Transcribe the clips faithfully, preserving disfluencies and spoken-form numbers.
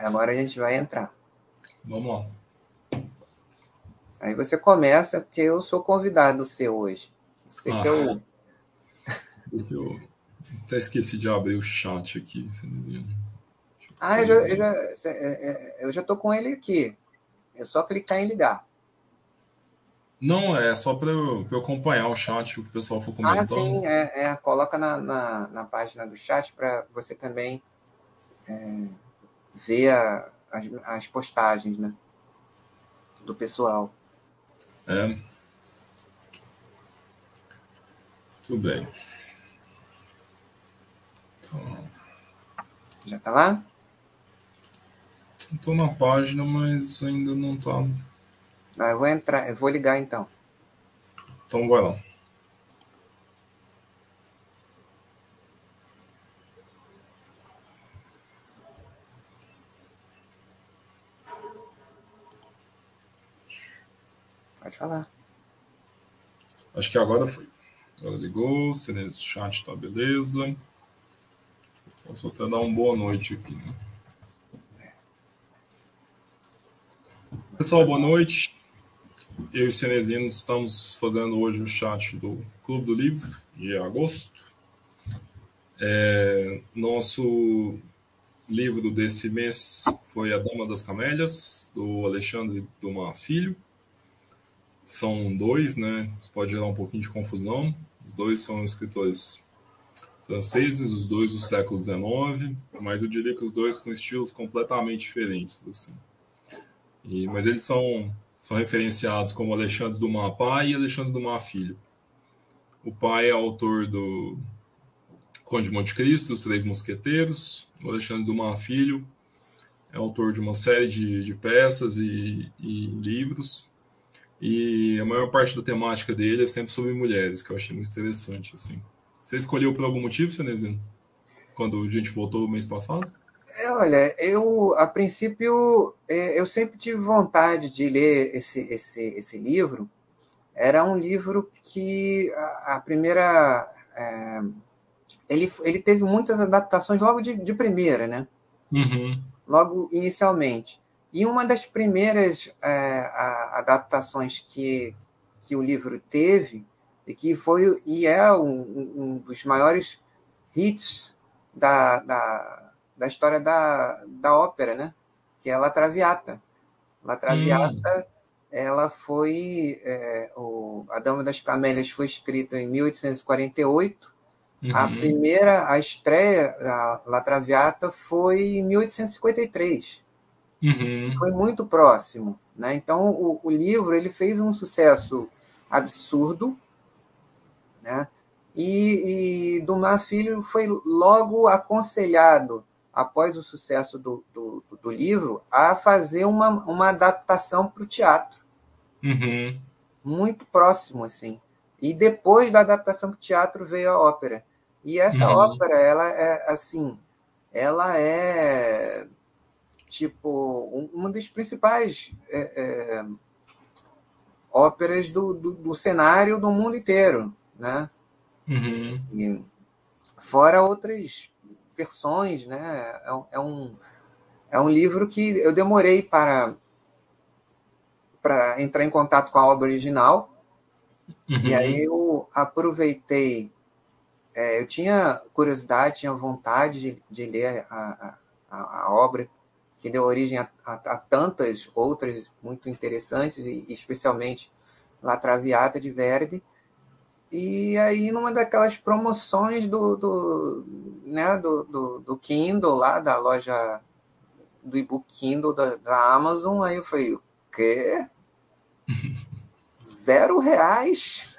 Agora a gente vai entrar. Vamos lá. Aí você começa, porque eu sou convidado seu hoje. Você que é Ah, o... eu até esqueci de abrir o chat aqui. Cenezinho. Deixa eu Ah, eu já, eu atualizar. já, é, é, eu já tô com ele aqui. É só clicar em ligar. Não, é só para eu, pra eu acompanhar o chat, o que o pessoal for Ah, comentando. sim, é, é, coloca na, na, na página do chat para você também ver a- as, as postagens, né, do pessoal. É, tudo bem. Já tá lá? Estou na página, mas ainda não tá. Ah, eu vou entrar, eu vou ligar então. Então vai lá. Pode falar. Acho que agora foi. Agora ligou, o chat tá beleza. Posso até dar uma boa noite aqui, né? Pessoal, boa noite. Eu e o Cenezino estamos fazendo hoje o chat do Clube do Livro de agosto. É, nosso livro desse mês foi A Dama das Camélias, do Alexandre Dumas Filho. São dois, né? Isso pode gerar um pouquinho de confusão. Os dois são escritores franceses, os dois do século dezenove, mas eu diria que os dois com estilos completamente diferentes, assim. E, mas eles são, são referenciados como Alexandre Dumas pai e Alexandre Dumas filho. O pai é autor do Conde de Monte Cristo, Os Três Mosqueteiros. O Alexandre Dumas filho é autor de uma série de, de peças e, e livros. E a maior parte da temática dele é sempre sobre mulheres, que eu achei muito interessante, assim. Você escolheu por algum motivo, Cenezino? Quando a gente voltou mês passado? É, olha, eu, a princípio, é, eu sempre tive vontade de ler esse, esse, esse livro. Era um livro que a, a primeira. É, ele, ele teve muitas adaptações logo de, de primeira, né? Uhum. Logo inicialmente. E uma das primeiras é, a, adaptações que, que o livro teve, e que foi e é um, um dos maiores hits da, da, da história da, da ópera, né? Que é La Traviata. La Hum. Traviata, ela foi é, o, A Dama das Camélias foi escrita em mil oitocentos e quarenta e oito. A Uhum. primeira, a estreia da La Traviata foi em mil oitocentos e cinquenta e três. Uhum. Foi muito próximo, né? Então o, o livro ele fez um sucesso absurdo, né? E, e Dumas Filho foi logo aconselhado, após o sucesso do, do, do livro, a fazer uma, uma adaptação para o teatro, Uhum. muito próximo, assim. E depois da adaptação para o teatro veio a ópera. E essa Uhum. ópera, ela é assim, ela é tipo um, uma das principais é, é, óperas do, do, do cenário do mundo inteiro, né? Uhum. E fora outras versões, né? É, é um, é um livro que eu demorei para, para entrar em contato com a obra original, e aí Uhum. eu aproveitei, é, eu tinha curiosidade, tinha vontade de, de ler a, a, a obra, que deu origem a, a, a tantas outras muito interessantes, e especialmente La Traviata de Verdi. E aí, numa daquelas promoções do, do, né, do, do, do Kindle, lá da loja do e-book Kindle da, da Amazon, aí eu falei, o quê? Zero reais?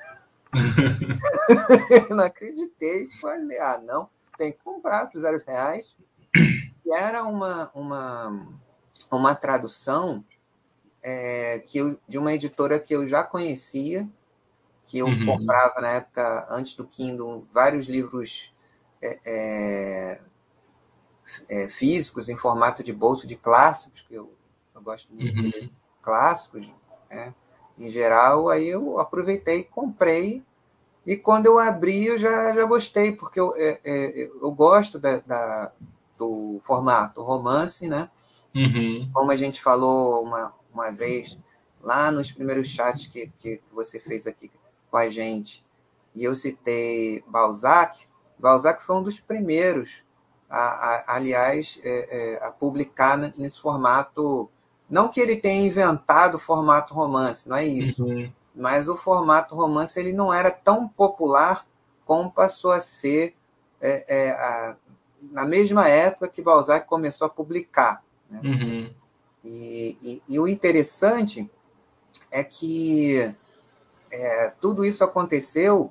Não acreditei. Falei, ah, não, tem que comprar por zero reais. E era uma, uma, uma tradução é, que eu, de uma editora que eu já conhecia, que eu Uhum. comprava na época, antes do Kindle, vários livros é, é, é, físicos em formato de bolso de clássicos, que eu, eu gosto muito de ler Uhum. clássicos, né? Em geral, aí eu aproveitei, comprei, e quando eu abri eu já, já gostei, porque eu, é, é, eu gosto da, da, do formato romance, né? Uhum. Como a gente falou uma, uma vez, lá nos primeiros chats que, que, que você fez aqui com a gente, e eu citei Balzac, Balzac foi um dos primeiros, a, a, aliás, é, é, a publicar nesse formato. Não que ele tenha inventado o formato romance, não é isso. Uhum. Mas o formato romance ele não era tão popular como passou a ser é, é, a, na mesma época que Balzac começou a publicar. Né? Uhum. E, e, e o interessante é que é, tudo isso aconteceu,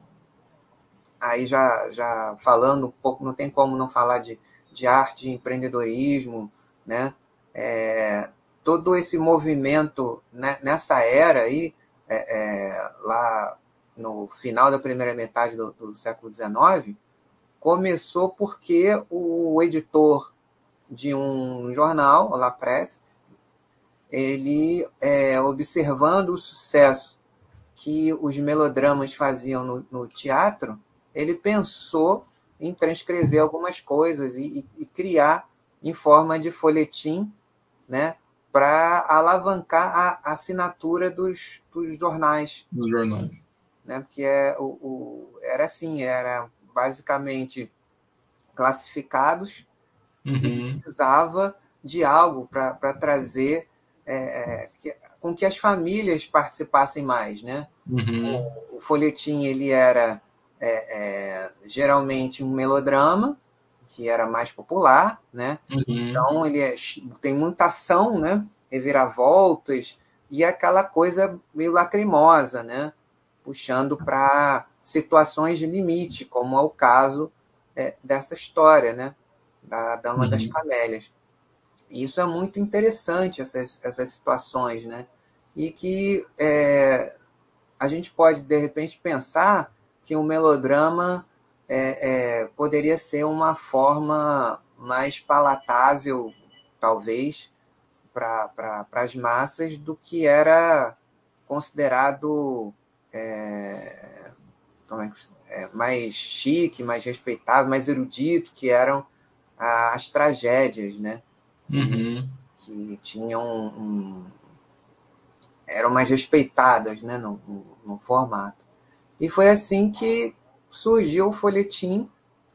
aí já, já falando um pouco, não tem como não falar de, de arte, de empreendedorismo, né? É, todo esse movimento né, nessa era aí, é, é, lá no final da primeira metade do, do século dezenove, começou porque o editor de um jornal, La Presse, ele, é, observando o sucesso que os melodramas faziam no, no teatro, ele pensou em transcrever algumas coisas e, e, e criar em forma de folhetim, né, para alavancar a assinatura dos, dos jornais, Nos jornais. né, porque é, o, o, era assim, era basicamente classificados e Uhum. precisava de algo para trazer é, que, com que as famílias participassem mais, né? Uhum. O, o folhetim ele era é, é, geralmente um melodrama que era mais popular, né? Uhum. Então ele é, tem muita ação, né? Reviravoltas e aquela coisa meio lacrimosa, né? Puxando para situações de limite, como é o caso é, dessa história, né? Da Dama das Uhum. Camélias. E isso é muito interessante, essas, essas situações, né? E que é, a gente pode, de repente, pensar que um melodrama é, é, poderia ser uma forma mais palatável, talvez, para pra, as massas do que era considerado é, como é, é, mais chique, mais respeitável, mais erudito, que eram as tragédias, né? Que, Uhum. que tinham um, eram mais respeitadas, né, no, no, no formato. E foi assim que surgiu o folhetim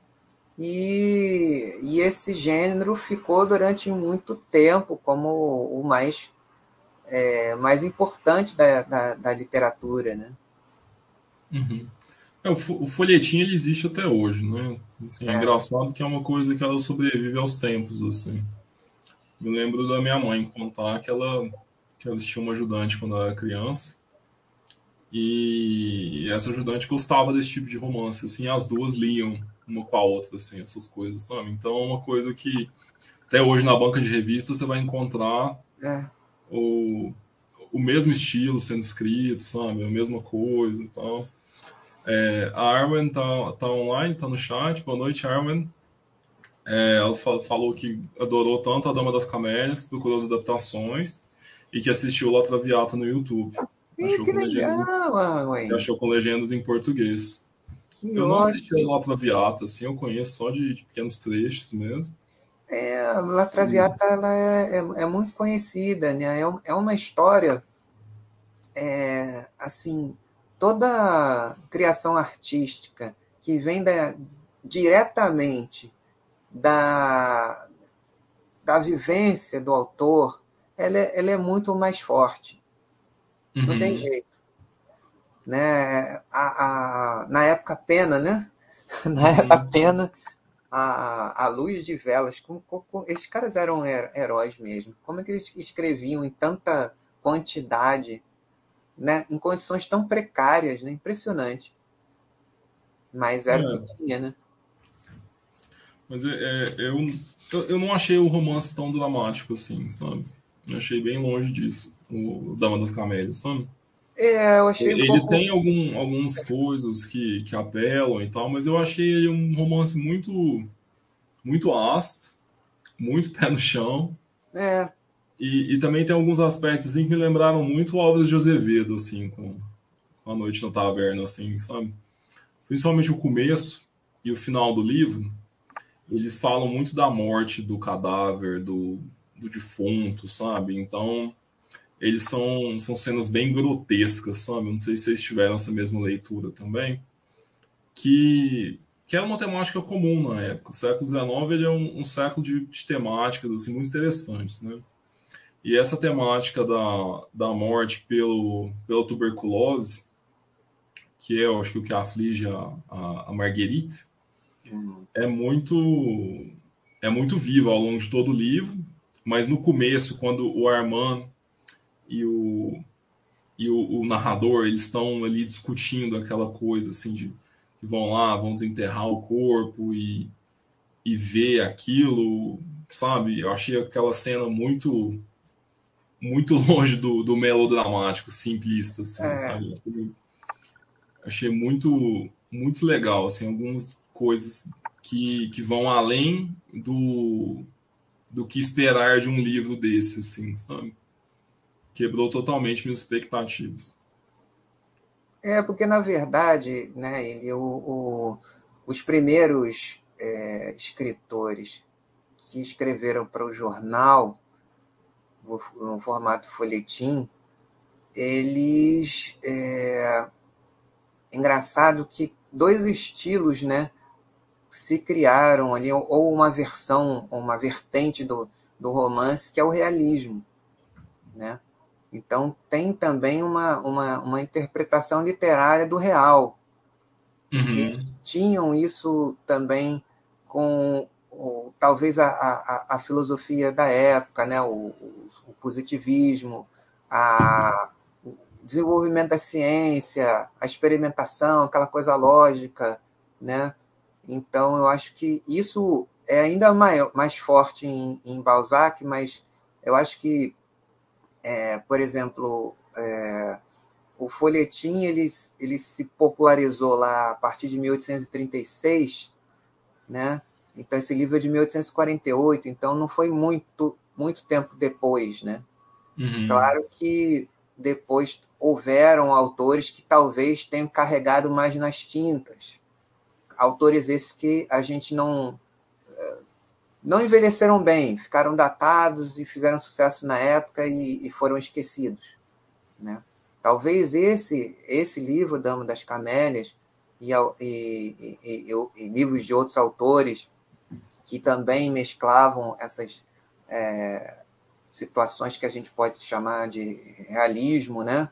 e, e esse gênero ficou durante muito tempo como o mais, é, mais importante da, da, da literatura. Né? Uhum. É, o, fo- o folhetim ele existe até hoje, né? Assim, é É, engraçado que é uma coisa que ela sobrevive aos tempos, assim. Me lembro da minha mãe contar que ela, que ela tinha uma ajudante quando ela era criança. E essa ajudante gostava desse tipo de romance, assim, as duas liam uma com a outra, assim, essas coisas, sabe? Então é uma coisa que até hoje na banca de revista você vai encontrar é. o, o mesmo estilo sendo escrito, sabe? A mesma coisa e tal. É, a Arwen tá, tá online, tá no chat. Boa noite, Arwen. É, ela fa- falou que adorou tanto a Dama das Camélias, que procurou as adaptações e que assistiu La Traviata no YouTube. Ih, Achou que com legendas em, legal, e mãe. achou com legendas em português. Que Eu não assisti a ótimo. La Traviata, assim, eu conheço só de, de pequenos trechos mesmo. É, a La E, Traviata ela é, é, é muito conhecida, né? É, um- é uma história, é, assim, toda criação artística que vem da, diretamente da, da vivência do autor, ela é, ela é muito mais forte. Não tem uhum, jeito. Né? A, a, na época Pena, né? Na época uhum. Pena, a, a luz de velas, com, com, com, esses caras eram heróis mesmo. Como é que eles escreviam em tanta quantidade, né? Em condições tão precárias, né? Impressionante. Mas era o que É, tinha, né? mas é, é, eu, eu, eu não achei o romance tão dramático assim, sabe? Eu achei bem longe disso, o Dama das Camélias, sabe? É, eu achei um Ele pouco. tem algum, algumas coisas que, que apelam e tal, mas eu achei ele um romance muito, muito ácido, muito pé no chão. É, E, e também tem alguns aspectos assim, que me lembraram muito Alves de Azevedo, assim, com, com A Noite na Taverna, assim, sabe? Principalmente o começo e o final do livro, eles falam muito da morte do cadáver, do, do defunto, sabe? Então, eles são, são cenas bem grotescas, sabe? Não sei se vocês tiveram essa mesma leitura também, que, que era uma temática comum na época. O século dezenove ele é um, um século de, de temáticas assim, muito interessantes, né? E essa temática da, da morte pelo, pela tuberculose, que é, eu acho que o que aflige a, a, a Marguerite, Uhum. é muito é muito viva ao longo de todo o livro, mas no começo, quando o Armand e o, e o, o narrador eles estão ali discutindo aquela coisa assim de que vão lá, vão desenterrar o corpo e, e ver aquilo, sabe? Eu achei aquela cena muito muito longe do, do melodramático, simplista, assim, É, sabe? Achei muito muito legal, assim, algumas coisas que, que vão além do, do que esperar de um livro desse, assim, sabe? Quebrou totalmente minhas expectativas. é porque, na verdade, né, ele, o, o, os primeiros é, escritores que escreveram para o jornal, no, no formato folhetim, eles. É, engraçado que dois estilos, né, se criaram ali, ou uma versão, uma vertente do, do romance, que é o realismo, né? Então tem também uma, uma, uma interpretação literária do real. E eles Uhum. tinham isso também com o, talvez a, a, a filosofia da época, né? o, o, o positivismo, a, o desenvolvimento da ciência, a experimentação, aquela coisa lógica, né? Então, eu acho que isso é ainda maior, mais forte em, em Balzac, mas eu acho que, é, por exemplo, é, o folhetim ele, ele se popularizou lá a partir de mil oitocentos e trinta e seis, né? Então, esse livro é de mil oitocentos e quarenta e oito, então não foi muito, muito tempo depois, né? Uhum. Claro que depois houveram autores que talvez tenham carregado mais nas tintas. Autores esses que a gente não não envelheceram bem, ficaram datados e fizeram sucesso na época e, e foram esquecidos, né? Talvez esse esse livro, Dama das Camélias, e, e, e, e livros de outros autores que também mesclavam essas é, situações que a gente pode chamar de realismo, né?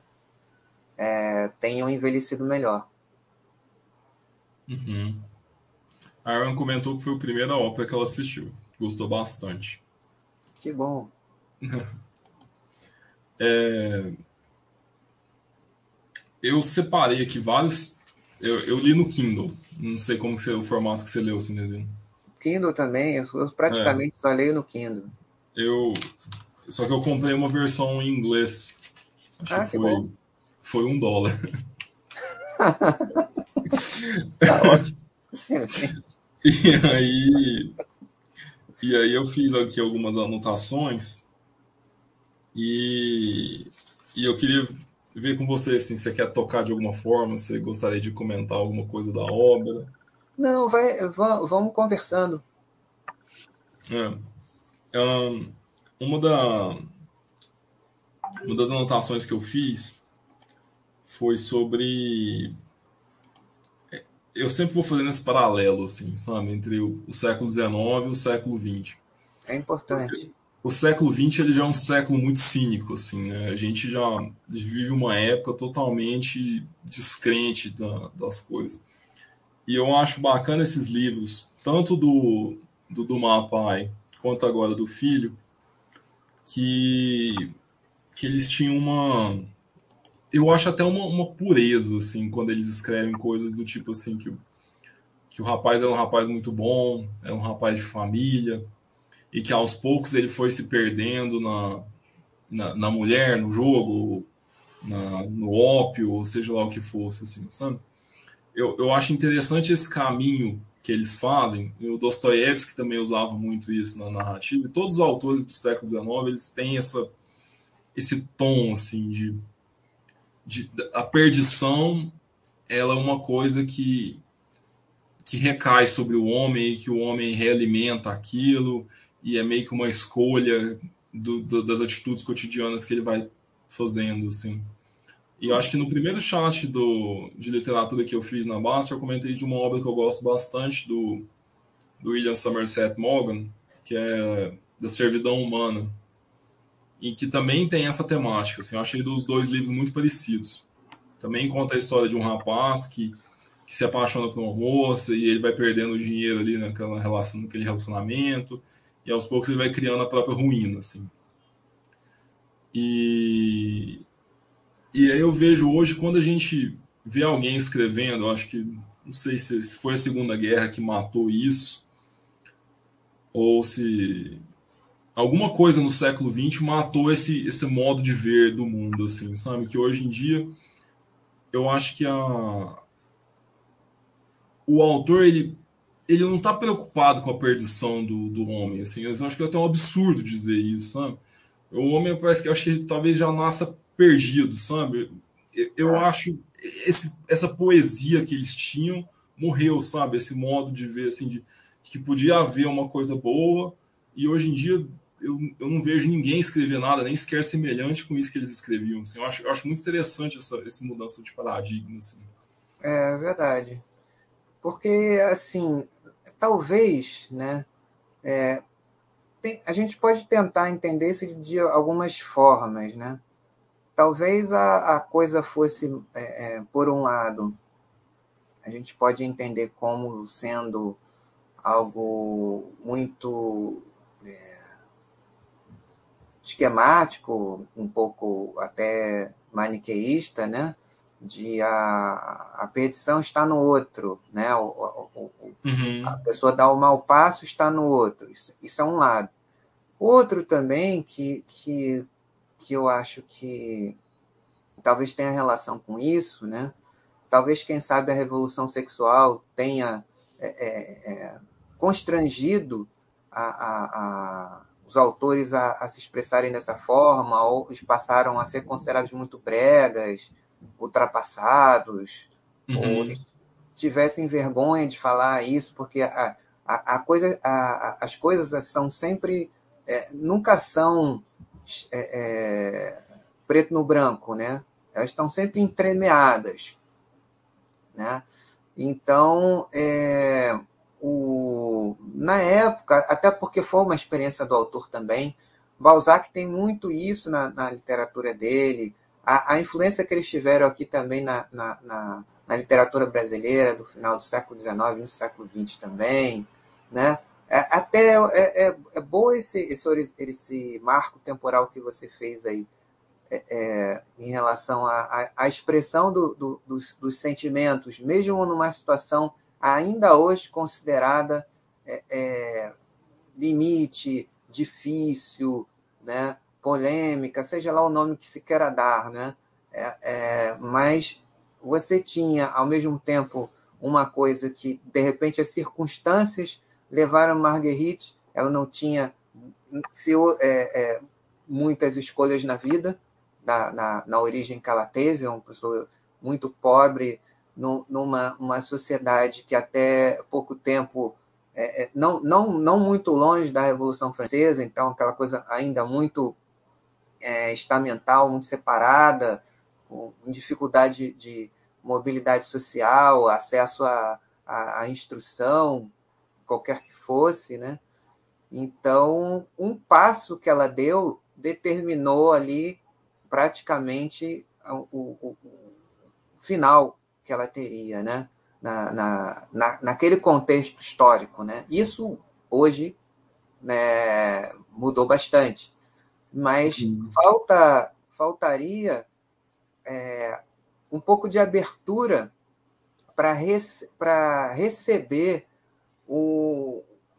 É, tenham envelhecido melhor. Uhum. A Aaron comentou que foi a primeira ópera que ela assistiu. Gostou bastante. Que bom. É, eu separei aqui vários. Eu, eu li no Kindle. Não sei como que você, o formato que você leu, Cinezinho. Kindle também, eu, eu É, praticamente só leio no Kindle. eu. Só que eu comprei uma versão em inglês. Acho que Ah, que bom. foi, foi um dólar. Tá ótimo. Excelente. E aí, e aí eu fiz aqui algumas anotações e, e eu queria ver com você assim, se você quer tocar de alguma forma, se você gostaria de comentar alguma coisa da obra. Não, vai, vamos conversando. É. Ahn, uma, da, uma das anotações que eu fiz foi sobre. Eu sempre vou fazendo esse paralelo, assim, sabe, entre o, o século dezenove e o século vinte. É importante. O século vinte ele já é um século muito cínico, assim, né? A gente já vive uma época totalmente descrente da, das coisas. E eu acho bacana esses livros, tanto do, do, do Mapai quanto agora do Filho, que, que eles tinham uma. Eu acho até uma, uma pureza, assim, quando eles escrevem coisas do tipo assim, que, que o rapaz era um rapaz muito bom, era um rapaz de família, e que aos poucos ele foi se perdendo na, na, na mulher, no jogo, na, no ópio, ou seja lá o que fosse, assim, sabe? Eu, eu acho interessante esse caminho que eles fazem. E o Dostoiévski também usava muito isso na narrativa. E todos os autores do século dezenove eles têm essa, esse tom assim de, de a perdição. Ela é uma coisa que que recai sobre o homem e que o homem realimenta aquilo e é meio que uma escolha do, do, das atitudes cotidianas que ele vai fazendo, assim. E eu acho que no primeiro chat do, de literatura que eu fiz na Basta, eu comentei de uma obra que eu gosto bastante, do, do William Somerset Maugham, que é Da Servidão Humana, e que também tem essa temática. Assim, eu achei dos dois livros muito parecidos. Também conta a história de um rapaz que, que se apaixona por uma moça e ele vai perdendo o dinheiro ali naquela relação, naquele relacionamento, e aos poucos ele vai criando a própria ruína. Assim. E, e aí eu vejo hoje, quando a gente vê alguém escrevendo, eu acho que, não sei se, se foi a Segunda Guerra que matou isso, ou se alguma coisa no século vinte matou esse, esse modo de ver do mundo, assim, sabe? Que hoje em dia eu acho que a, o autor ele, ele não está preocupado com a perdição do, do homem, assim. Eu acho que é até um absurdo dizer isso, sabe? O homem parece que eu acho que ele talvez já nasça perdido, sabe? Eu, eu É, acho esse, essa poesia que eles tinham morreu, sabe? Esse modo de ver assim de, de que podia haver uma coisa boa e hoje em dia eu, eu não vejo ninguém escrever nada nem sequer semelhante com isso que eles escreviam. Assim. Eu, acho, eu acho muito interessante essa, essa mudança de paradigma. Assim. é verdade. Porque, assim, talvez, né, tem, a gente pode tentar entender isso de algumas formas, né? Talvez a, a coisa fosse, é, é, por um lado, a gente pode entender como sendo algo muito esquemático, um pouco até maniqueísta, né? De a, a perdição está no outro, né? O, o, o, a Uhum. pessoa dá o mau passo está no outro. Isso, isso é um lado. Outro também que, que, que eu acho que talvez tenha relação com isso, né? Talvez, quem sabe, a revolução sexual tenha é, é, é, constrangido a, a, a, os autores a, a se expressarem dessa forma, ou eles passaram a ser considerados muito bregas, ultrapassados, ou Uhum. eles tivessem vergonha de falar isso, porque a, a, a coisa, a, a, as coisas são sempre, é, nunca são é, é, preto no branco, né? Elas estão sempre entremeadas, né? Então, é, o, na época, até porque foi uma experiência do autor também, Balzac tem muito isso na, na literatura dele, a, a, influência que eles tiveram aqui também na, na, na, na literatura brasileira do final do século dezenove, no século vinte também, né? É, até é, é, é bom esse, esse, esse marco temporal que você fez aí, é, em relação à, à expressão do, do, dos, dos sentimentos, mesmo numa situação ainda hoje considerada é, é, limite, difícil, né, polêmica, seja lá o nome que se queira dar, né, é, é, mas você tinha, ao mesmo tempo, uma coisa que, de repente, as circunstâncias levaram Marguerite, ela não tinha se, é, é, muitas escolhas na vida, na, na, na origem que ela teve, é uma pessoa muito pobre, no, numa uma sociedade que até pouco tempo, é, não, não, não muito longe da Revolução Francesa, então aquela coisa ainda muito é, estamental, muito separada, com dificuldade de mobilidade social, acesso à, à, à instrução, qualquer que fosse, né? Então, um passo que ela deu determinou ali praticamente o, o, o final que ela teria, né? Na, na, na, naquele contexto histórico, né? Isso hoje, né, mudou bastante, mas Uhum. falta faltaria é, um pouco de abertura para rece receber o,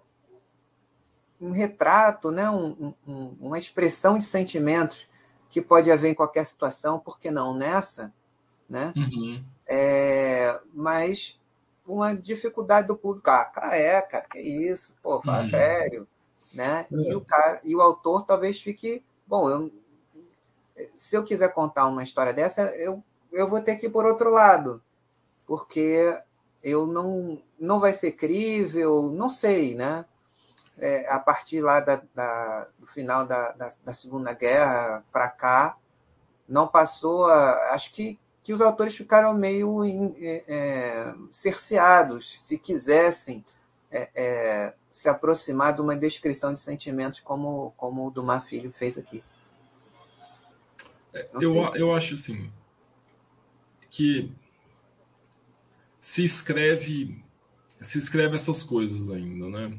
um retrato, né? um, um, uma expressão de sentimentos que pode haver em qualquer situação, por que não nessa, né? Uhum. É, mas uma dificuldade do público, ah, cara, é, cara, que isso, pô, fala Uhum. sério, né? E o cara, e o autor talvez fique, bom, eu, se eu quiser contar uma história dessa, eu, eu vou ter que ir por outro lado, porque eu não, não vai ser crível, não sei, né? é, a partir lá da, da, do final da, da, da Segunda Guerra para cá, não passou a... Acho que, que os autores ficaram meio em, é, cerceados, se quisessem é, é, se aproximar de uma descrição de sentimentos como, como o Dumas Filho fez aqui. Não Eu, sei. eu acho assim que se escreve se escreve essas coisas ainda, né?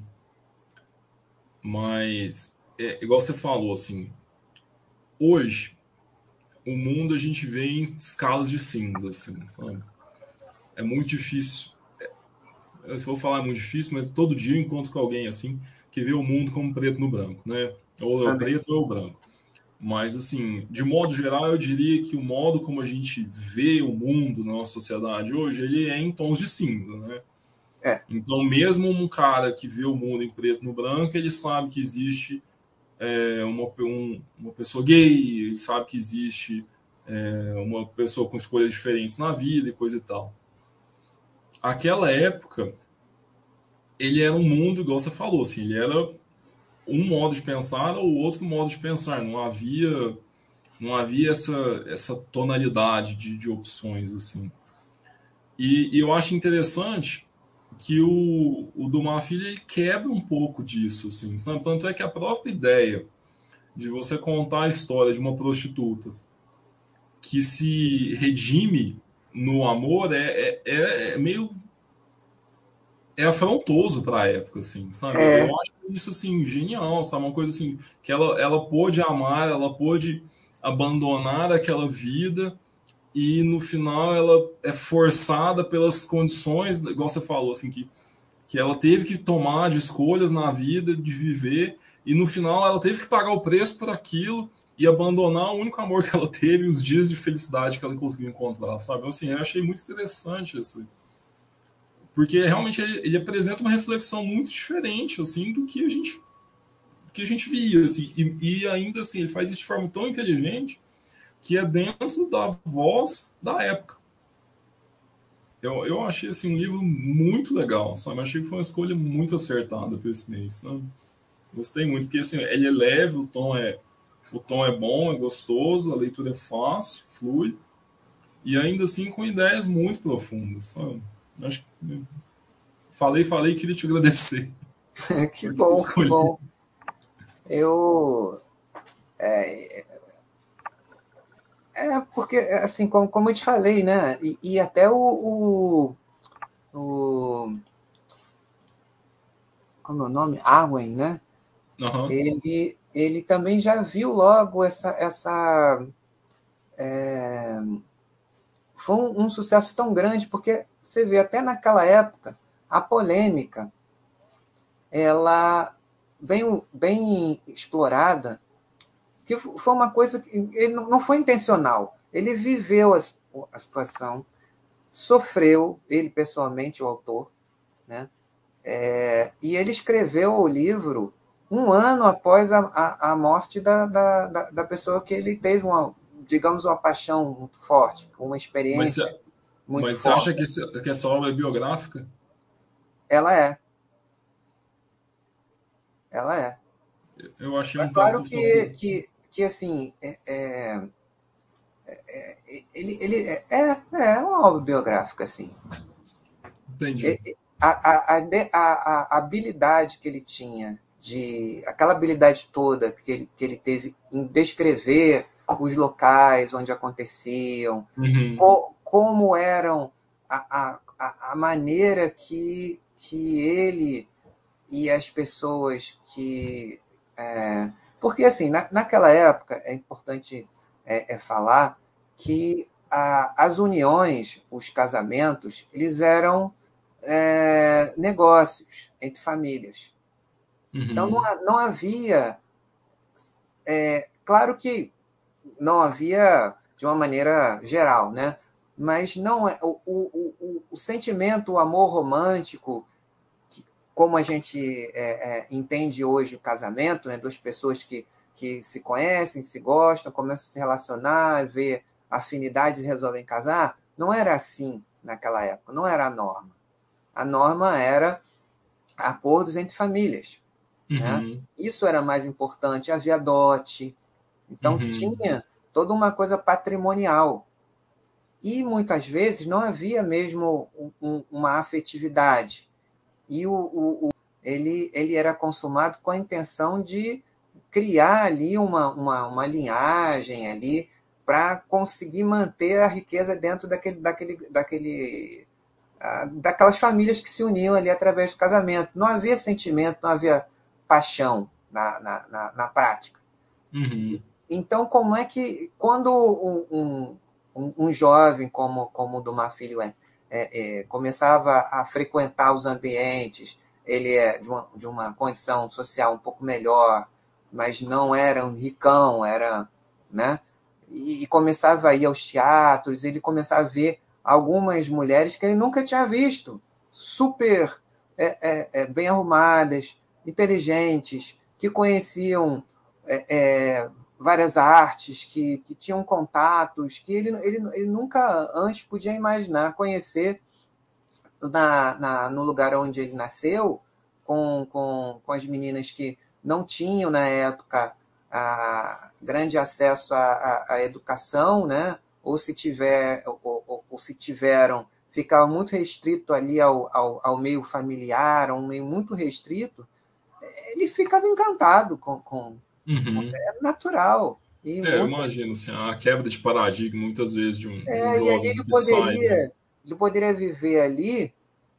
Mas é igual você falou assim, hoje o mundo a gente vê em escalas de cinza, assim, sabe? É muito difícil. Eu vou falar muito difícil, mas todo dia eu encontro com alguém assim que vê o mundo como preto no branco, né? Ou é o Também. preto ou é o branco. Mas, assim, de modo geral, eu diria que o modo como a gente vê o mundo na nossa sociedade hoje, ele é em tons de cinza, né? É, Então, mesmo um cara que vê o mundo em preto no branco, ele sabe que existe é, uma, um, uma pessoa gay, ele sabe que existe é, uma pessoa com escolhas diferentes na vida e coisa e tal. Aquela época, ele era um mundo, igual você falou, assim, ele era um modo de pensar ou outro modo de pensar. Não havia não havia essa, essa tonalidade de, de opções assim. E, e eu acho interessante que o, o Dumas Filho ele quebra um pouco disso, assim, sabe? Tanto é que a própria ideia de você contar a história de uma prostituta que se redime no amor é, é, é meio é afrontoso para a época, assim, sabe? Eu, é, eu acho isso assim genial, sabe? Uma coisa assim que ela ela pôde amar, ela pôde abandonar aquela vida e no final ela é forçada pelas condições, igual você falou, assim, que, que ela teve que tomar de escolhas na vida, de viver, e no final ela teve que pagar o preço por aquilo e abandonar o único amor que ela teve, os dias de felicidade que ela conseguiu encontrar, sabe? Então, assim, eu achei muito interessante isso, porque realmente ele, ele apresenta uma reflexão muito diferente, assim, do que a gente que a gente via, assim, e, e ainda assim ele faz isso de forma tão inteligente que é dentro da voz da época. Eu, eu achei assim, um livro muito legal, sabe? Achei que foi uma escolha muito acertada para esse mês, sabe? Gostei muito, porque assim, ele é leve, o tom é, o tom é bom, é gostoso, a leitura é fácil, flui, e ainda assim com ideias muito profundas, sabe? Acho que falei, falei e queria te agradecer que por ter bom, que escolhido. bom. Eu. É, é porque, assim, como, como eu te falei, né? E, e até o, o, o. Como é o nome? Arwen, né? Aham. Ele, ele também já viu logo essa. essa foi um, um sucesso tão grande, porque você vê, até naquela época, a polêmica, ela bem, bem explorada, que foi uma coisa que ele não foi intencional. Ele viveu a, a situação, sofreu, ele pessoalmente, o autor, né? É, e ele escreveu o livro um ano após a, a, a morte da, da, da, da pessoa que ele teve uma, digamos, uma paixão muito forte, uma Mas, experiência você- muito mas você forte. acha que, esse, que essa obra é biográfica? Ela é, ela é. Eu achei É um claro tanto. que, que, que assim, é, é, ele, ele é, é, é uma obra biográfica, assim. Entendi. Ele- a, a, a, a, a habilidade que ele tinha, de aquela habilidade toda que ele, que ele teve em descrever os locais onde aconteciam, Uhum. co, como eram a, a, a maneira que, que ele e as pessoas que. É, porque, assim, na, naquela época, é importante é, é falar que a, as uniões, os casamentos, eles eram é, negócios entre famílias. Então, não, Uhum. não havia. É, claro que não havia de uma maneira geral, né? Mas não é o, o, o, o sentimento, o amor romântico, como a gente é, é, entende hoje o casamento, né? Duas pessoas que, que se conhecem, se gostam, começam a se relacionar, ver afinidades e resolvem casar, não era assim naquela época, não era a norma. A norma era acordos entre famílias. né? Uhum. Isso era mais importante, havia dote. Então, Uhum. tinha toda uma coisa patrimonial. E muitas vezes não havia mesmo um, um, uma afetividade. E o, o, o, ele, ele era consumado com a intenção de criar ali uma, uma, uma linhagem ali para conseguir manter a riqueza dentro daquele, daquele, daquele, ah, daquelas famílias que se uniam ali através do casamento. Não havia sentimento, não havia paixão na, na, na, na prática. Uhum. Então, como é que, quando um, um, um jovem como, como o do Marfilho é, é, é, começava a frequentar os ambientes, ele é de uma, de uma condição social um pouco melhor, mas não era um ricão, era, né? E, e começava a ir aos teatros, ele começava a ver algumas mulheres que ele nunca tinha visto, super é, é, é, bem arrumadas, inteligentes, que conheciam é, é, várias artes, que, que tinham contatos, que ele, ele, ele nunca antes podia imaginar conhecer na, na, no lugar onde ele nasceu, com, com, com as meninas que não tinham, na época, a, grande acesso à, à, à educação, né? ou, se tiver, ou, ou, ou se tiveram, ficava muito restrito ali ao, ao, ao meio familiar, a um meio muito restrito, ele ficava encantado com, com, Uhum. é natural. E É, eu muito, imagino, assim, a quebra de paradigma, muitas vezes, de um, de um é, e ali jovem ele que sai, né? poderia, ele poderia viver ali,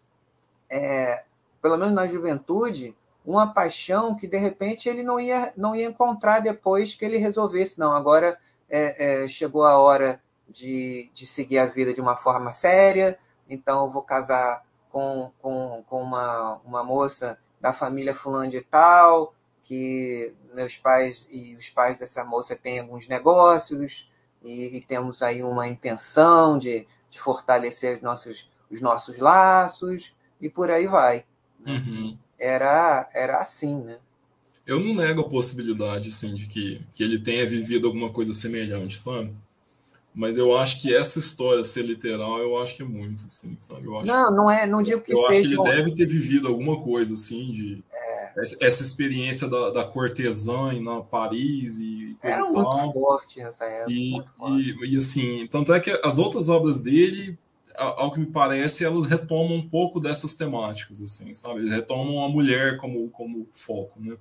pelo menos na juventude, uma paixão que de repente ele não ia, não ia encontrar depois que ele resolvesse, não. Agora é, é, chegou a hora de, de seguir a vida de uma forma séria, então eu vou casar com, com, com uma, uma moça da família fulano de tal, que meus pais e os pais dessa moça têm alguns negócios, e, e temos aí uma intenção de, de fortalecer os nossos, os nossos laços, e por aí vai. Né? Uhum. Era, era assim, né? Eu não nego a possibilidade, assim, de que, que ele tenha vivido alguma coisa semelhante, sabe? Mas eu acho que essa história ser literal, eu acho que é muito, assim, sabe? Eu acho, Não, não é, não digo que eu acho que seja. ele deve ter vivido alguma coisa, assim, de essa essa experiência da, da cortesã em na Paris e coisa e Era muito tal. forte nessa época, E, muito e, forte. e assim, tanto é que as outras obras dele, ao que me parece, elas retomam um pouco dessas temáticas, assim, sabe? Eles retomam a mulher como, como foco, né?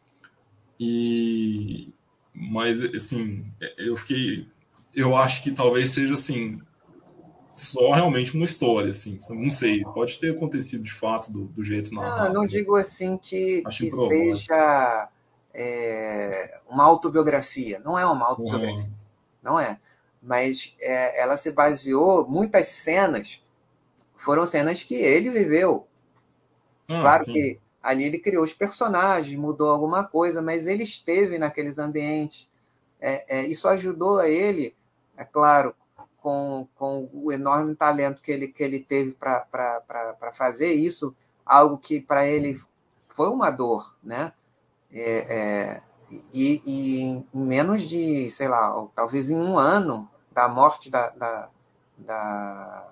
E, mas, assim, eu fiquei, eu acho que talvez seja, assim, só realmente uma história, assim, não sei, pode ter acontecido de fato do, do jeito Não, narrado, não né? digo assim que, Acho que improvável. seja é, uma autobiografia. Não é uma autobiografia, Uhum. não é. Mas é, ela se baseou, muitas cenas foram cenas que ele viveu. Ah, Claro sim. que ali ele criou os personagens, mudou alguma coisa, mas ele esteve naqueles ambientes. É, é, isso ajudou a ele, é claro, com, com o enorme talento que ele, que ele teve para fazer isso, algo que para ele foi uma dor, né? É, é, e, e em menos de, sei lá, talvez em um ano da morte da, da, da,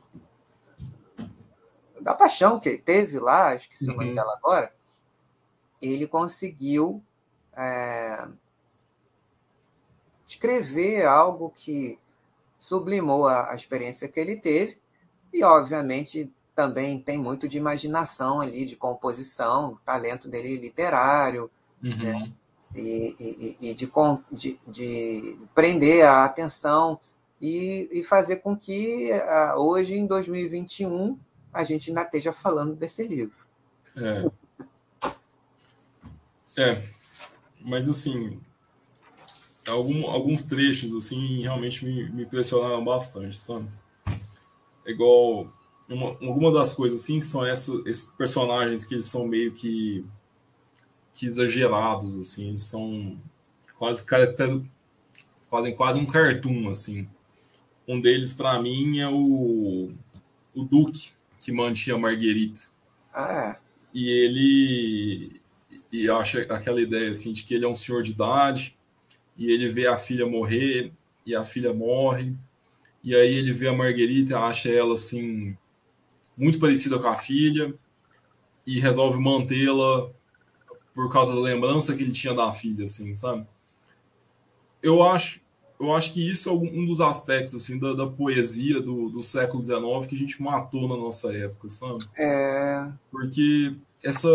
da paixão que ele teve lá, esqueci o nome Uhum. dela agora, ele conseguiu é, escrever algo que sublimou a, a experiência que ele teve e, obviamente, também tem muito de imaginação ali, de composição, talento dele literário, né? Uhum. e, e, e de, de, de, prender a atenção e, e fazer com que hoje, em dois mil e vinte e um, a gente ainda esteja falando desse livro. É, é, mas assim, algum, alguns trechos assim realmente me, me impressionaram bastante, sabe? É igual uma, alguma das coisas assim são essa, esses personagens que eles são meio que, que exagerados assim, eles são quase caracter, fazem quase um cartoon assim. Um deles para mim é o o Duque que mantinha a Marguerite Ah, é. e ele e acha aquela ideia assim de que ele é um senhor de idade e ele vê a filha morrer e a filha morre. E aí ele vê a Marguerita, acha ela assim muito parecida com a filha e resolve mantê-la por causa da lembrança que ele tinha da filha, assim, sabe? Eu acho, eu acho que isso é um dos aspectos assim da, da poesia do, do século dezenove que a gente matou na nossa época, sabe? É, Porque essa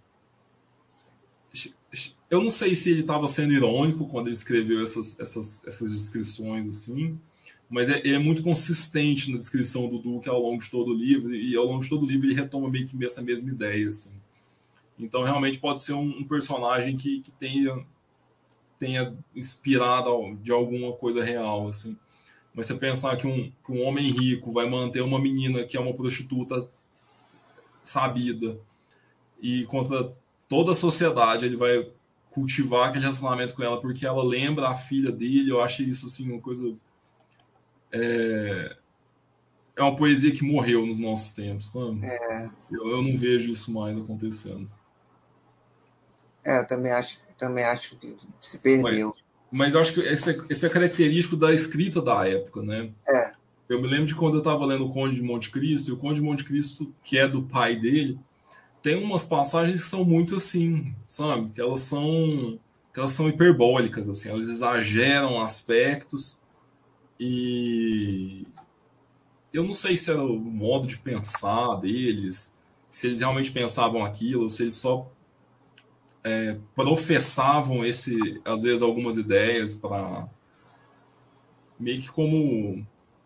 eu não sei se ele estava sendo irônico quando ele escreveu essas, essas, essas descrições assim, mas é, ele é muito consistente na descrição do Duque ao longo de todo o livro, e ao longo de todo o livro ele retoma meio que essa mesma ideia. Assim. Então realmente pode ser um, um personagem que, que tenha, tenha inspirado de alguma coisa real. Assim. Mas você pensar que um, que um homem rico vai manter uma menina que é uma prostituta sabida e contra toda a sociedade ele vai cultivar aquele relacionamento com ela porque ela lembra a filha dele. Eu achei isso assim uma coisa é, é uma poesia que morreu nos nossos tempos, sabe? é, Eu, eu não vejo isso mais acontecendo. é, eu também acho, também acho que se Mas, perdeu. mas eu acho que esse é, esse é característico da escrita da época, né? É, Eu me lembro de quando eu estava lendo o Conde de Monte Cristo, e o Conde de Monte Cristo, que é do pai dele, tem umas passagens que são muito assim, sabe? Que elas são, que elas são hiperbólicas, assim, elas exageram aspectos e eu não sei se era o modo de pensar deles, se eles realmente pensavam aquilo, ou se eles só professavam esse, às vezes, algumas ideias para meio que como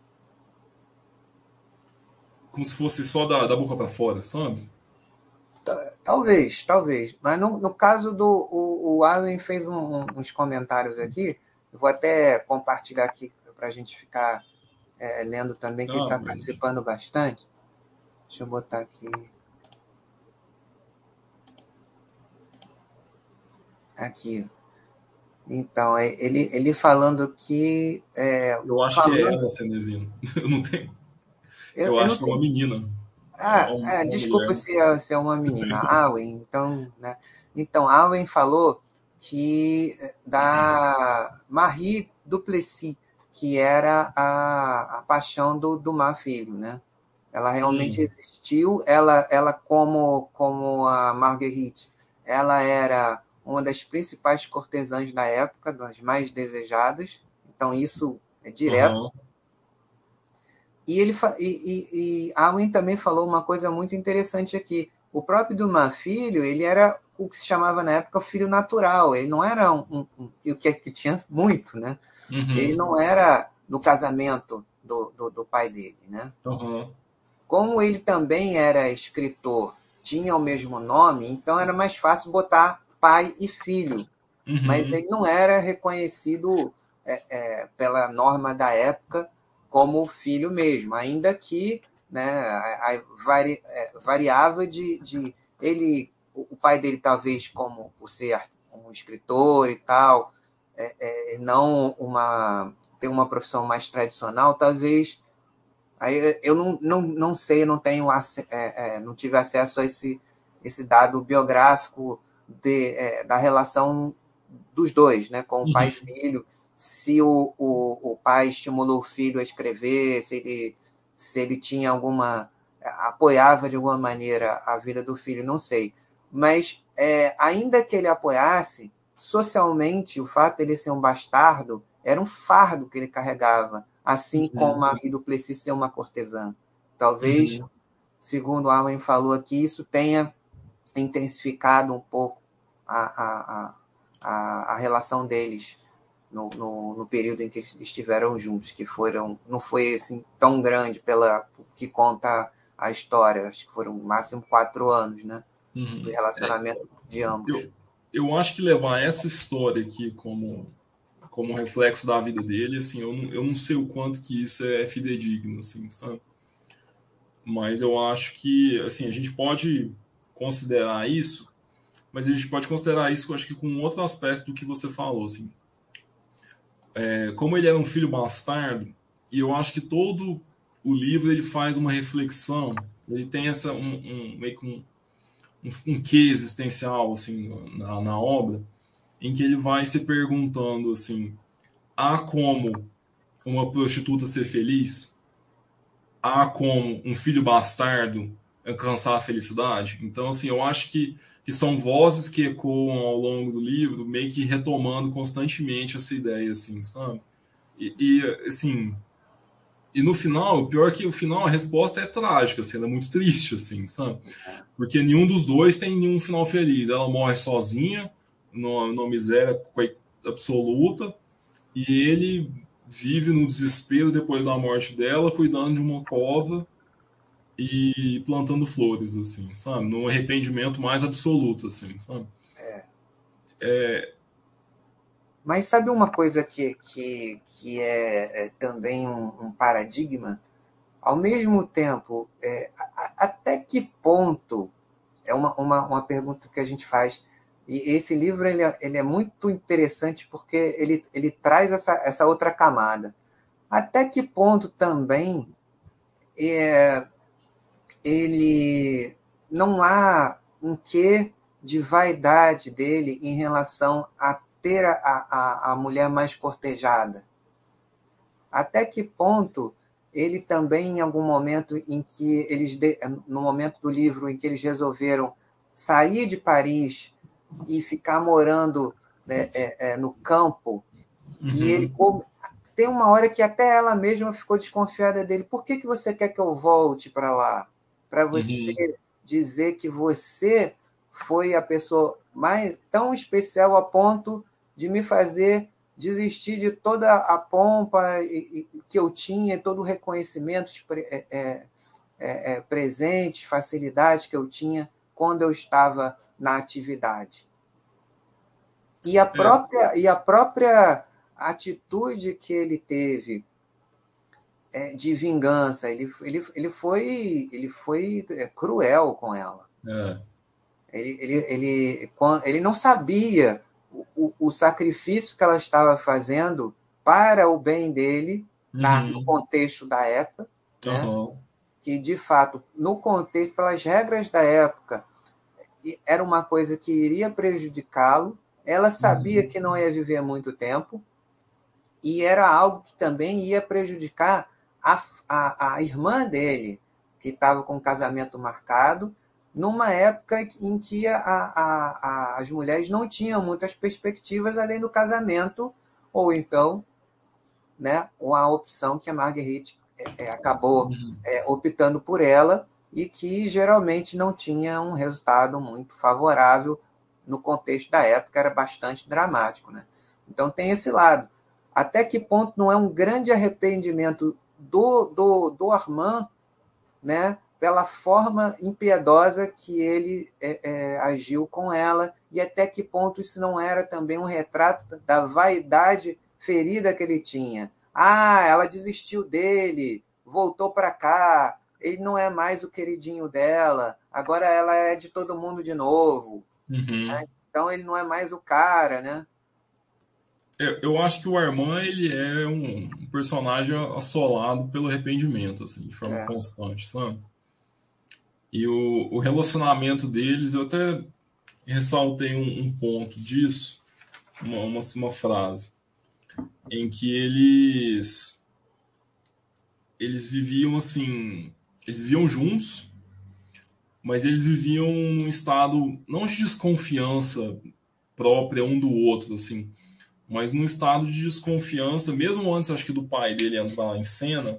como se fosse só da, da boca para fora, sabe? talvez, talvez. Mas no, no caso do. O, o Allen fez um, um, uns comentários aqui, eu vou até compartilhar aqui para a gente ficar é, lendo também, que ele Ah, está mas... participando bastante. Deixa eu botar aqui. Aqui. Então, é, ele, ele falando que. É, Eu acho que é falando. ela, Cenezino. Eu não tenho. Eu, Eu eu não acho que é sei. uma menina. É Ah, uma, é, uma desculpa mulher. se é, se é uma menina. Alwen, então, né? Então, Alwen falou que eh, da Marie Duplessis, que era a, a paixão do, do Mar Filho, né? Ela realmente Hum. existiu. Ela, ela como, como a Marguerite, ela era uma das principais cortesãs da época, das mais desejadas. Então, isso é direto. Aham. E, ele, e, e, e Arwen também falou uma coisa muito interessante aqui. O próprio Dumas Filho, ele era o que se chamava na época filho natural. Ele não era um, um, um o que, que tinha muito, né? Ele Uhum. não era do casamento do, do, do pai dele, né? Aham. Como ele também era escritor, tinha o mesmo nome, então era mais fácil botar pai e filho. Mas Uhum. ele não era reconhecido é, é, pela norma da época como filho mesmo, ainda que né, a, a vari, é, variava de, de ele, o pai dele talvez como por ser um escritor e tal, é, é, não uma ter uma profissão mais tradicional, talvez aí eu não, não, não sei, não tenho é, é, não tive acesso a esse esse dado biográfico de, é, da relação dos dois, né, com o pai e Uhum. filho, se o, o, o pai estimulou o filho a escrever, se ele, se ele tinha alguma. Apoiava de alguma maneira a vida do filho, não sei. Mas, é, ainda que ele apoiasse, socialmente, o fato de ele ser um bastardo era um fardo que ele carregava, assim como Uhum. Marie Duplessis ser uma cortesã. Talvez, Uhum. segundo o Arwen falou aqui, isso tenha intensificado um pouco a, a, a, a relação deles no, no, no, período em que estiveram juntos, que foram não foi assim tão grande pela que conta a história, acho que foram no máximo quatro anos, né, do Uhum. É, relacionamento de ambos. eu, eu acho que levar essa história aqui como, como reflexo da vida dele, assim, eu não, eu não sei o quanto que isso é fidedigno, assim, sabe? Mas eu acho que, assim, a gente pode considerar isso, mas a gente pode considerar isso, eu acho que com outro aspecto do que você falou, assim. É, como ele era um filho bastardo, e eu acho que todo o livro ele faz uma reflexão, ele tem essa um, um meio que um, um, um quê existencial assim na, na obra, em que ele vai se perguntando assim, há como uma prostituta ser feliz? Há como um filho bastardo alcançar a felicidade. Então, assim, eu acho que, que são vozes que ecoam ao longo do livro, meio que retomando constantemente essa ideia, assim, sabe? E, e assim, e no final, o pior é que o final, a resposta é trágica, assim, ela é muito triste, assim, sabe? Porque nenhum dos dois tem nenhum final feliz. Ela morre sozinha, numa, numa miséria absoluta, e ele vive no desespero depois da morte dela, cuidando de uma cova e plantando flores, assim, sabe? Num arrependimento mais absoluto, assim, sabe? É. É, Mas sabe uma coisa que, que, que é, é também um, um paradigma? Ao mesmo tempo, é, a, até que ponto, é uma, uma, uma pergunta que a gente faz, e esse livro ele é, ele é muito interessante porque ele, ele traz essa, essa outra camada. Até que ponto também é, ele não há um quê de vaidade dele em relação a ter a, a, a mulher mais cortejada? Até que ponto ele também, em algum momento em que eles, no momento do livro em que eles resolveram sair de Paris e ficar morando, né, é, é, no campo, e ele uhum, tem uma hora que até ela mesma ficou desconfiada dele. Por que, que você quer que eu volte para lá? Para você uhum, dizer que você foi a pessoa mais tão especial a ponto de me fazer desistir de toda a pompa e, e, que eu tinha, todo o reconhecimento é, é, é, presente, facilidade que eu tinha quando eu estava na atividade. E a é, própria, e a própria atitude que ele teve é, de vingança, ele, ele, ele foi, ele foi é, cruel com ela. é, Ele, ele, ele, ele não sabia o, o sacrifício que ela estava fazendo para o bem dele, na, no uhum, contexto da época, né? uhum, Que, de fato, no contexto, pelas regras da época, era uma coisa que iria prejudicá-lo. Ela sabia uhum, que não ia viver muito tempo, e era algo que também ia prejudicar a, a, a irmã dele, que estava com o casamento marcado, numa época em que a, a, a, as mulheres não tinham muitas perspectivas além do casamento, ou então, né, uma opção que a Marguerite é, é, acabou uhum. é, optando por ela e que geralmente não tinha um resultado muito favorável no contexto da época, era bastante dramático. Né? Então tem esse lado. Até que ponto não é um grande arrependimento do, do, do Armand, né, pela forma impiedosa que ele é, é, agiu com ela, e até que ponto isso não era também um retrato da vaidade ferida que ele tinha. Ah, ela desistiu dele, voltou para cá, ele não é mais o queridinho dela, agora ela é de todo mundo de novo. Uhum. Né? Então ele não é mais o cara, né? Eu, eu acho que o Armand, ele é um personagem assolado pelo arrependimento, assim, de forma É, constante, sabe? E o, o relacionamento deles, eu até ressaltei um, um ponto disso, uma, uma, uma frase, em que eles eles viviam assim, eles viviam juntos, mas eles viviam num estado não de desconfiança própria um do outro, assim, mas num estado de desconfiança, mesmo antes, acho que do pai dele entrar em cena,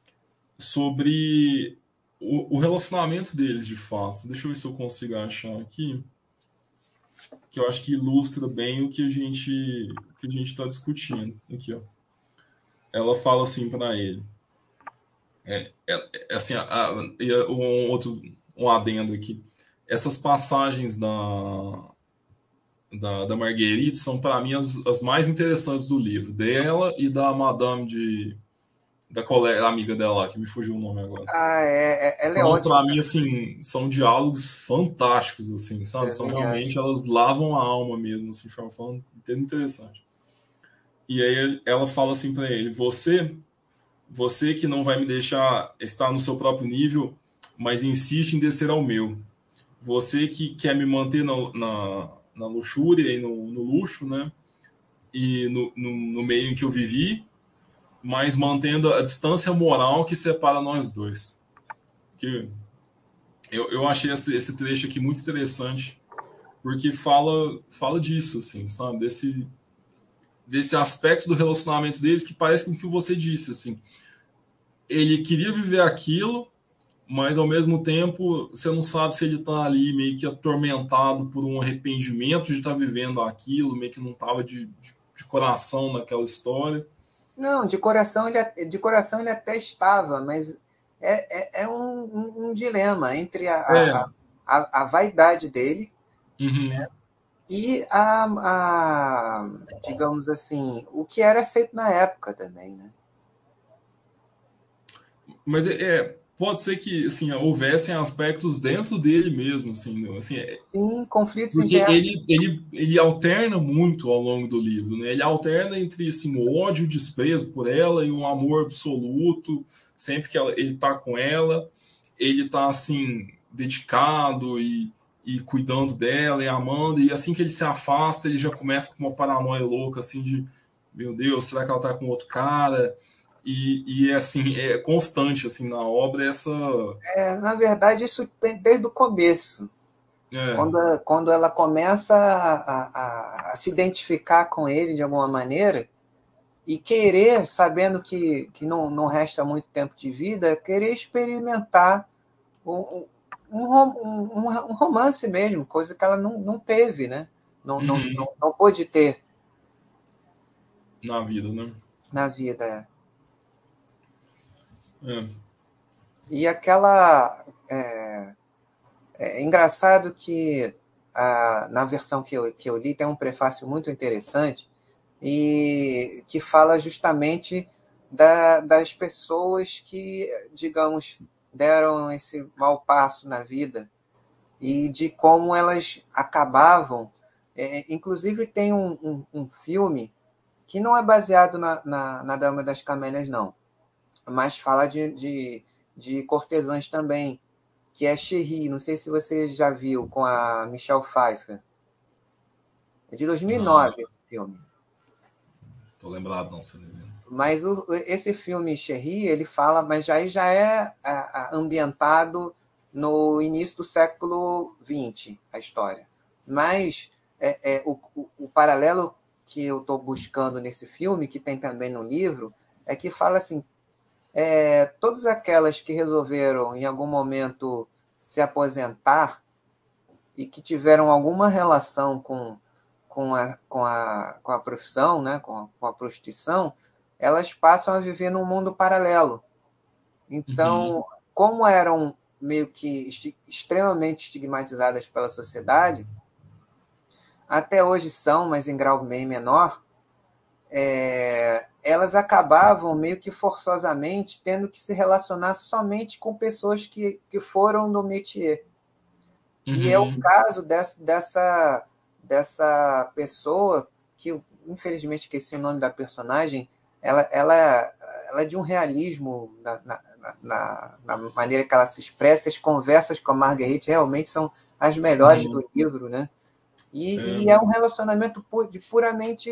sobre o, o relacionamento deles de fato. Deixa eu ver se eu consigo achar aqui, que eu acho que ilustra bem o que a gente o que a gente está discutindo. Aqui, ó. Ela fala assim para ele. É, é, é assim, a, a, um outro um adendo aqui. Essas passagens da, da, da Marguerite são para mim as, as mais interessantes do livro, dela e da Madame de da colega amiga dela lá, que me fugiu o nome agora. ah, é, é, ela é Então, ótima. para mim, assim, são diálogos fantásticos, assim, sabe? São Também realmente, acho. elas lavam a alma mesmo, assim, de forma falando, interessante. E aí ela fala assim para ele: você Você que não vai me deixar estar no seu próprio nível, mas insiste em descer ao meu. Você que quer me manter na, na, na luxúria e no, no, luxo, né? E no, no, no meio em que eu vivi, mas mantendo a distância moral que separa nós dois. Que Eu, eu achei esse, esse trecho aqui muito interessante, porque fala, fala disso, assim, sabe? Desse, desse aspecto do relacionamento deles que parece com o que você disse, assim. Ele queria viver aquilo, mas ao mesmo tempo você não sabe se ele tá ali meio que atormentado por um arrependimento de estar tá vivendo aquilo, meio que não tava de, de, de coração naquela história. Não, de coração ele, de coração ele até estava, mas é, é, é um, um, um dilema entre a, É. a, a, a vaidade dele Uhum. e a, a, digamos assim, o que era aceito na época também, né? Mas é, é, pode ser que assim, houvessem aspectos dentro dele mesmo, assim, não? Assim, é, Sim, conflitos porque internos. ele, ele, ele alterna muito ao longo do livro, né? Ele alterna entre assim, o ódio e o desprezo por ela e um amor absoluto, sempre que ela, ele tá com ela, ele tá assim, dedicado e, e cuidando dela e amando, e assim que ele se afasta, ele já começa com uma paranoia louca, assim, de meu Deus, será que ela tá com outro cara? E, e é assim, é constante assim na obra essa. É, na verdade, isso tem desde o começo. É, Quando, quando ela começa a, a, a se identificar com ele de alguma maneira e querer, sabendo que, que não, não resta muito tempo de vida, querer experimentar um, um, um, um romance mesmo, coisa que ela não, não teve, né? Não, não, uhum, não, não pôde ter na vida, né? na vida. É. E aquela. É, é engraçado que a, na versão que eu, que eu li tem um prefácio muito interessante e que fala justamente da, das pessoas que, digamos, deram esse mau passo na vida e de como elas acabavam. É, inclusive, tem um, um, um filme que não é baseado na, na, na Dama das Camélias, não, mas fala de, de, de cortesãs também, que é Cherry. Não sei se você já viu, com a Michelle Pfeiffer. É de dois mil e nove Ah, esse filme. tô lembrado, não, você dizendo. Mas o, esse filme Cherry, ele fala, mas já, já é a, a, ambientado no início do século vinte, a história. Mas é, é, o, o, o paralelo que eu estou buscando nesse filme, que tem também no livro, é que fala assim, é, todas aquelas que resolveram em algum momento se aposentar e que tiveram alguma relação com, com, a, com, a, com a profissão, né, com, a, com a prostituição, elas passam a viver num mundo paralelo. Uhum, Então, como eram meio que esti extremamente estigmatizadas pela sociedade, até hoje são, mas em grau bem menor, é, elas acabavam meio que forçosamente tendo que se relacionar somente com pessoas que, que foram do métier. E é o uhum, caso dessa, dessa, dessa pessoa, que eu, infelizmente esqueci o nome da personagem, ela, ela, ela é de um realismo na, na, na, na maneira que ela se expressa, as conversas com a Marguerite realmente são as melhores uhum. do livro, né? É, E, e é um mas relacionamento de puramente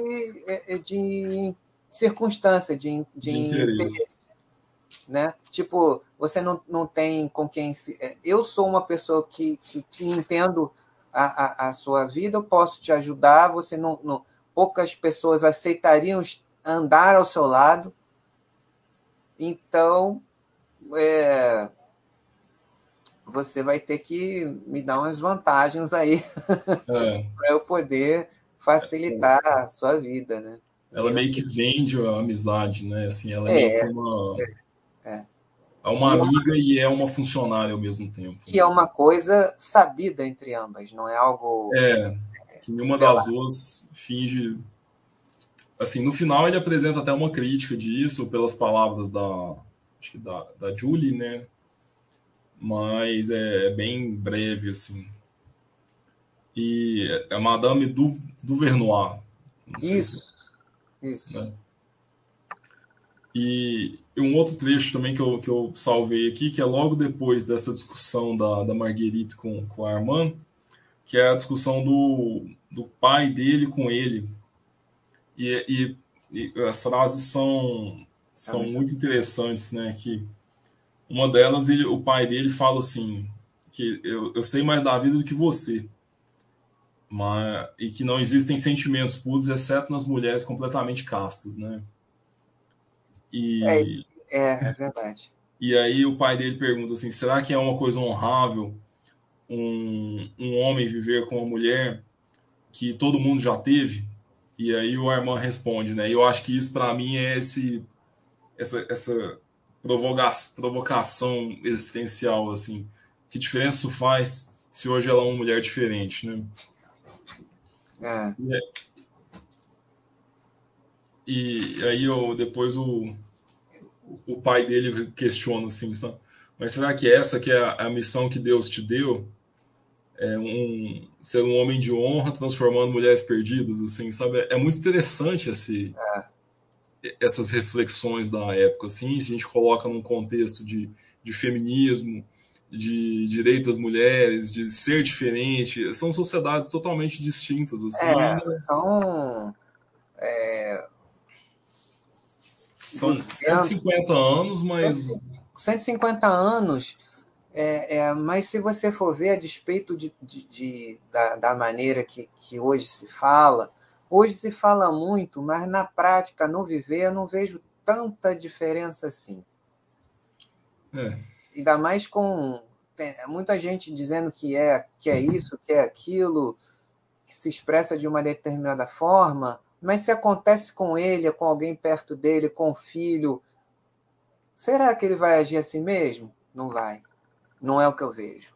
de circunstância, de, de de interesse. interesse, né? Tipo, você não, não tem com quem se. Eu sou uma pessoa que, que, que entendo a, a, a sua vida, eu posso te ajudar. Você não, não. Poucas pessoas aceitariam andar ao seu lado, então é, você vai ter que me dar umas vantagens aí É, para eu poder facilitar a sua vida, né? E ela eu, meio que vende a amizade, né? Assim, ela é meio que é, uma, é. é uma E, é amiga e é uma funcionária ao mesmo tempo, e é né? uma coisa sabida entre ambas, não é algo É, que nenhuma das velado. duas finge. Assim, no final ele apresenta até uma crítica disso pelas palavras da, acho que da, da Julie, né? Mas é, é bem breve, assim. E é Madame du, Duvernois, não sei se, Isso, isso. né? E, e um outro trecho também que eu, que eu salvei aqui, que é logo depois dessa discussão da, da Marguerite com, com a Armand, que é a discussão do, do pai dele com ele. E, e, e as frases são, É são muito- muito interessantes, né? Que uma delas, ele, o pai dele fala assim, que eu, eu sei mais da vida do que você, mas, e que não existem sentimentos puros, exceto nas mulheres completamente castas, né? É, E, é, é verdade. e aí o pai dele pergunta assim, será que é uma coisa honrável um, um homem viver com uma mulher que todo mundo já teve? E aí o Armand responde, né? E eu acho que isso para mim é esse, essa, essa provoca provocação existencial, assim. Que diferença isso faz se hoje ela é uma mulher diferente, né? É. E aí eu, depois o, o pai dele questiona assim, sabe? Mas será que essa que é a, a missão que Deus te deu? É um ser um homem de honra transformando mulheres perdidas, assim, sabe? É muito interessante esse, essas reflexões da época, assim, a gente coloca num contexto de, de feminismo, de direito das mulheres, de ser diferente, são sociedades totalmente distintas, assim, É, e são são cento e duzentos, cinquenta anos, mas cento e cinquenta anos, é, é, mas se você for ver, a despeito de, de, de- da, da maneira que, que hoje se fala, hoje se fala muito, mas na prática, no viver, eu não vejo tanta diferença assim. é, Ainda mais com tem muita gente dizendo que é, que é isso, que é aquilo, que se expressa de uma determinada forma, mas se acontece com ele, com alguém perto dele, com o filho, será que ele vai agir assim mesmo? Não vai. Não é o que eu vejo.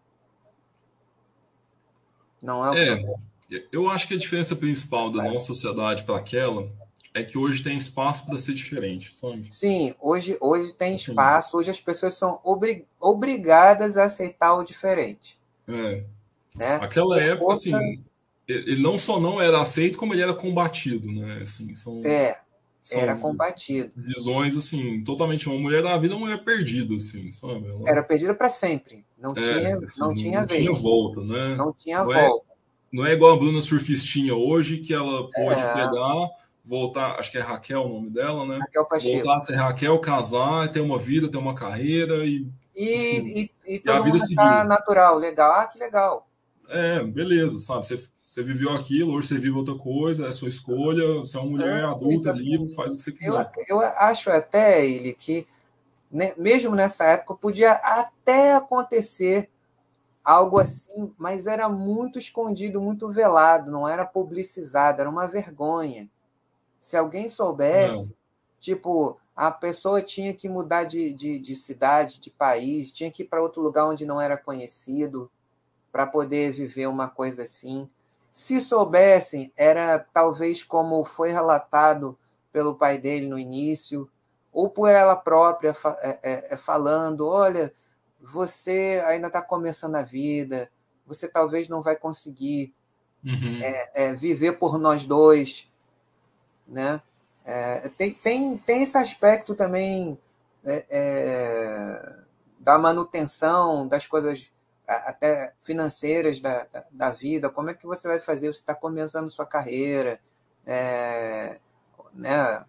Não é o que eu é, vejo. eu acho que a diferença principal da nossa sociedade para aquela é que hoje tem espaço para ser diferente, sabe? Sim, hoje, hoje tem Assim, espaço, hoje as pessoas são obri obrigadas a aceitar o diferente, é, né? aquela Por época, conta, assim, ele não só não era aceito, como ele era combatido, né? Assim, são, é, são era combatido. visões, assim, totalmente uma mulher da vida, é uma mulher perdida, assim, sabe? Ela, Era perdido para sempre. Não tinha, é, assim, não não, tinha não tinha vez. volta, né? Não tinha Não é, volta. não é igual a Bruna Surfistinha hoje, que ela pôde É, pegar, voltar, acho que é Raquel o nome dela, né? Raquel Pacheco. Voltar a ser Raquel, casar, ter uma vida, ter uma carreira e, enfim, E, e, e e a todo vida mundo achar seguiu. natural, legal. Ah, que legal. É, beleza, sabe? Você, você viveu aquilo, hoje você vive outra coisa, é sua escolha, você é uma mulher É, isso, adulta, livre, assim, faz o que você eu, quiser. eu acho até, ele, que né, mesmo nessa época podia até acontecer algo assim, mas era muito escondido, muito velado, não era publicizado, era uma vergonha. Se alguém Não. soubesse, tipo, a pessoa tinha que mudar de, de, de cidade, de país, tinha que ir para outro lugar onde não era conhecido, para poder viver uma coisa assim. Se soubessem, era talvez como foi relatado pelo pai dele no início, ou por ela própria é, é, é, falando: olha, você ainda está começando a vida, você talvez não vai conseguir Uhum. é, é, viver por nós dois, né? É, tem, tem, tem esse aspecto também é, é, da manutenção das coisas até financeiras da, da, da vida. Como é que você vai fazer? Você está começando sua carreira, é, né?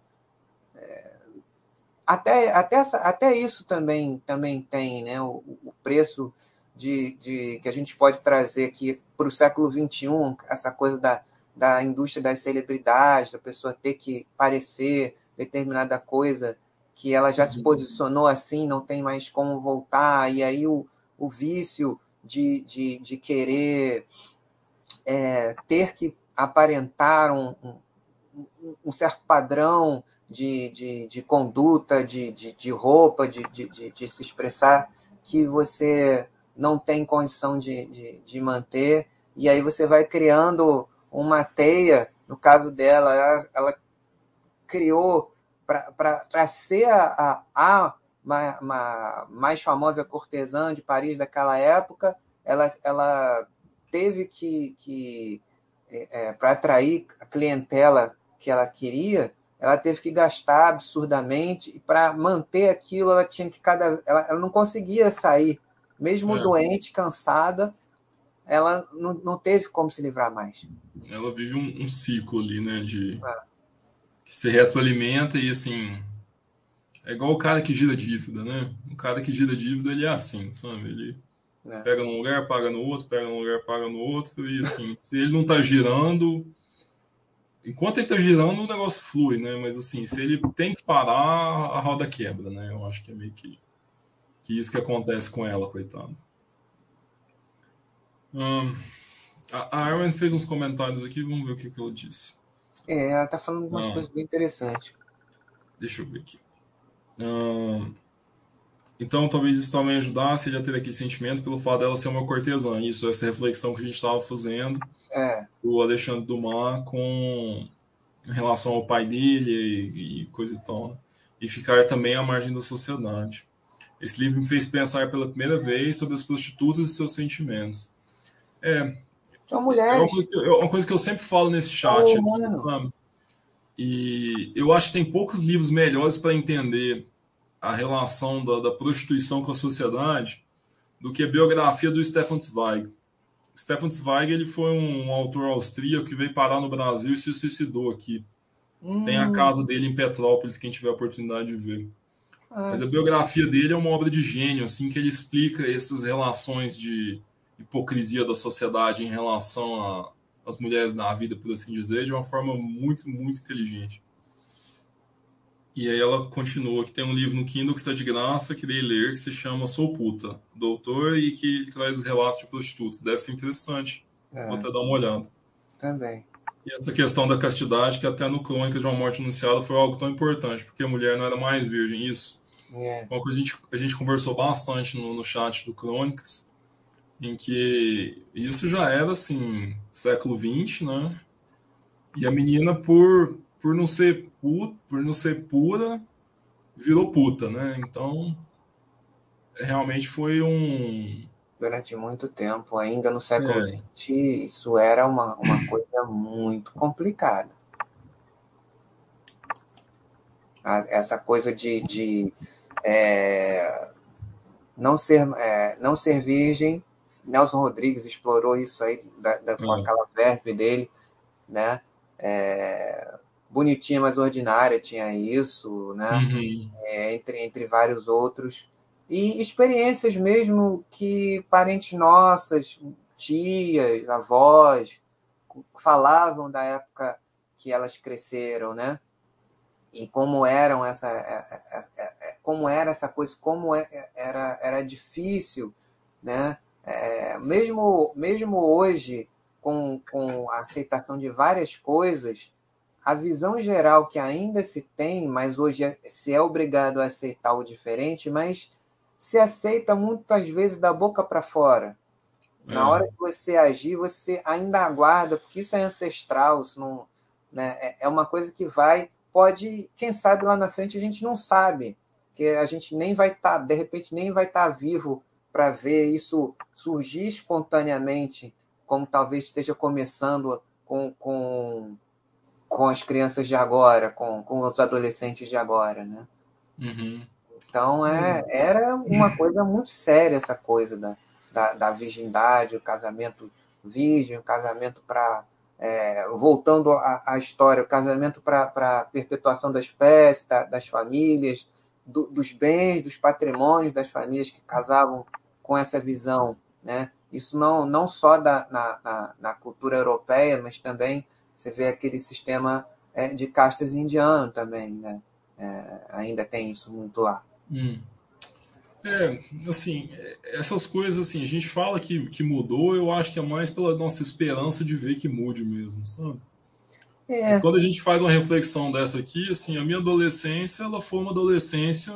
Até, até, essa, até isso também, também tem, né? O, o preço de, de que a gente pode trazer aqui para o século vinte e um, essa coisa da, da indústria das celebridades, da pessoa ter que parecer determinada coisa que ela já se posicionou assim, não tem mais como voltar, e aí o, o vício de, de, de querer é, ter que aparentar um, um, um certo padrão de, de, de conduta, de, de, de roupa, de, de, de, de se expressar, que você não tem condição de, de, de manter, e aí você vai criando uma teia. No caso dela, ela, ela criou para ser a, a, a uma, uma mais famosa cortesã de Paris daquela época, ela, ela teve que, que é, para atrair a clientela que ela queria, ela teve que gastar absurdamente, e para manter aquilo, ela tinha que cada. Ela, ela não conseguia sair. Mesmo É, doente, cansada, ela não, não teve como se livrar mais. ela vive um, um ciclo ali, né? De que se retroalimenta e assim. É igual o cara que gira dívida, né? O cara que gira dívida, ele é assim, sabe? Ele, né? Pega num lugar, paga no outro, pega num lugar, paga no outro, e assim, se ele não tá girando, enquanto ele tá girando, o negócio flui, né? Mas assim, se ele tem que parar, a roda quebra, né? Eu acho que é meio que, que isso que acontece com ela, coitada. Hum, a a Aaron fez uns comentários aqui, vamos ver o que, que ela disse. É, ela tá falando umas Ah, coisas bem interessantes. deixa eu ver aqui. Hum, então, talvez isso também ajudasse ele a ter aquele sentimento pelo fato dela ser uma cortesã. Isso, essa reflexão que a gente estava fazendo, É, o Alexandre Dumas com em relação ao pai dele e, e coisa e tal, né? E ficar também à margem da sociedade. Esse livro me fez pensar pela primeira vez sobre as prostitutas e seus sentimentos. É, são é uma mulheres, coisa que eu, é uma coisa que eu sempre falo nesse é o chat aqui, humano. sabe? E eu acho que tem poucos livros melhores para entender a relação da, da prostituição com a sociedade do que a biografia do Stefan Zweig. Stefan Zweig ele foi um autor austríaco que veio parar no Brasil e se suicidou aqui. Tem a Hum, casa dele em Petrópolis, quem tiver a oportunidade de ver. ah, Mas a sim. biografia dele é uma obra de gênio, assim, que ele explica essas relações de hipocrisia da sociedade em relação às mulheres na vida, por assim dizer, de uma forma muito, muito inteligente. E aí ela continua que tem um livro no Kindle que está de graça, que dei ler, que se chama Sou Puta, Doutor, e que ele traz os relatos de prostitutas. Deve ser interessante. Vou É, até dar uma olhada. também. E essa questão da castidade, que até no Crônicas de uma Morte Anunciada foi algo tão importante, porque a mulher não era mais virgem. Isso É. foi uma coisa que a gente, a gente conversou bastante no, no chat do Crônicas, em que isso já era, assim, século vinte, né? E a menina, por, por, não ser pu, por não ser pura, virou puta, né? Então, realmente foi um. Durante muito tempo, ainda no século É, vinte, isso era uma, uma coisa muito complicada. A- Essa coisa de, de é, não ser, é, não ser virgem. Nelson Rodrigues explorou isso aí da, da- com é. aquela verve dele, né? É, Bonitinha, mas ordinária tinha isso, né? Uhum, É, entre, entre vários outros. E experiências mesmo que parentes nossas, tias, avós, falavam da época que elas cresceram, né? E como eram essa, é, é, é, como era essa coisa, como era, era difícil, né? É, mesmo, mesmo hoje, com, com a aceitação de várias coisas, a visão geral que ainda se tem, mas hoje se é obrigado a aceitar o diferente, mas se aceita muitas vezes da boca para fora. Na é. hora que você agir, você ainda aguarda, porque isso é ancestral, isso não, né, é, é uma coisa que vai, pode, quem sabe lá na frente a gente não sabe, que a gente nem vai estar, tá, de repente nem vai estar tá vivo para ver isso surgir espontaneamente, como talvez esteja começando com, com, com as crianças de agora, com, com os adolescentes de agora, né? Uhum. Então é, era uma coisa muito séria essa coisa da, da, da virgindade, o casamento virgem, o casamento para. É, voltando à, à história, o casamento para perpetuação da espécie, da, das famílias, do, dos bens, dos patrimônios das famílias que casavam com essa visão. Né? Isso não, não só da, na, na, na cultura europeia, mas também você vê aquele sistema é, de castas indiano também. Né? É, ainda tem isso muito lá. Hum. É, assim, essas coisas, assim, a gente fala que, que mudou, eu acho que é mais pela nossa esperança de ver que mude mesmo, sabe? Mas É, quando a gente faz uma reflexão dessa aqui, assim, a minha adolescência, ela foi uma adolescência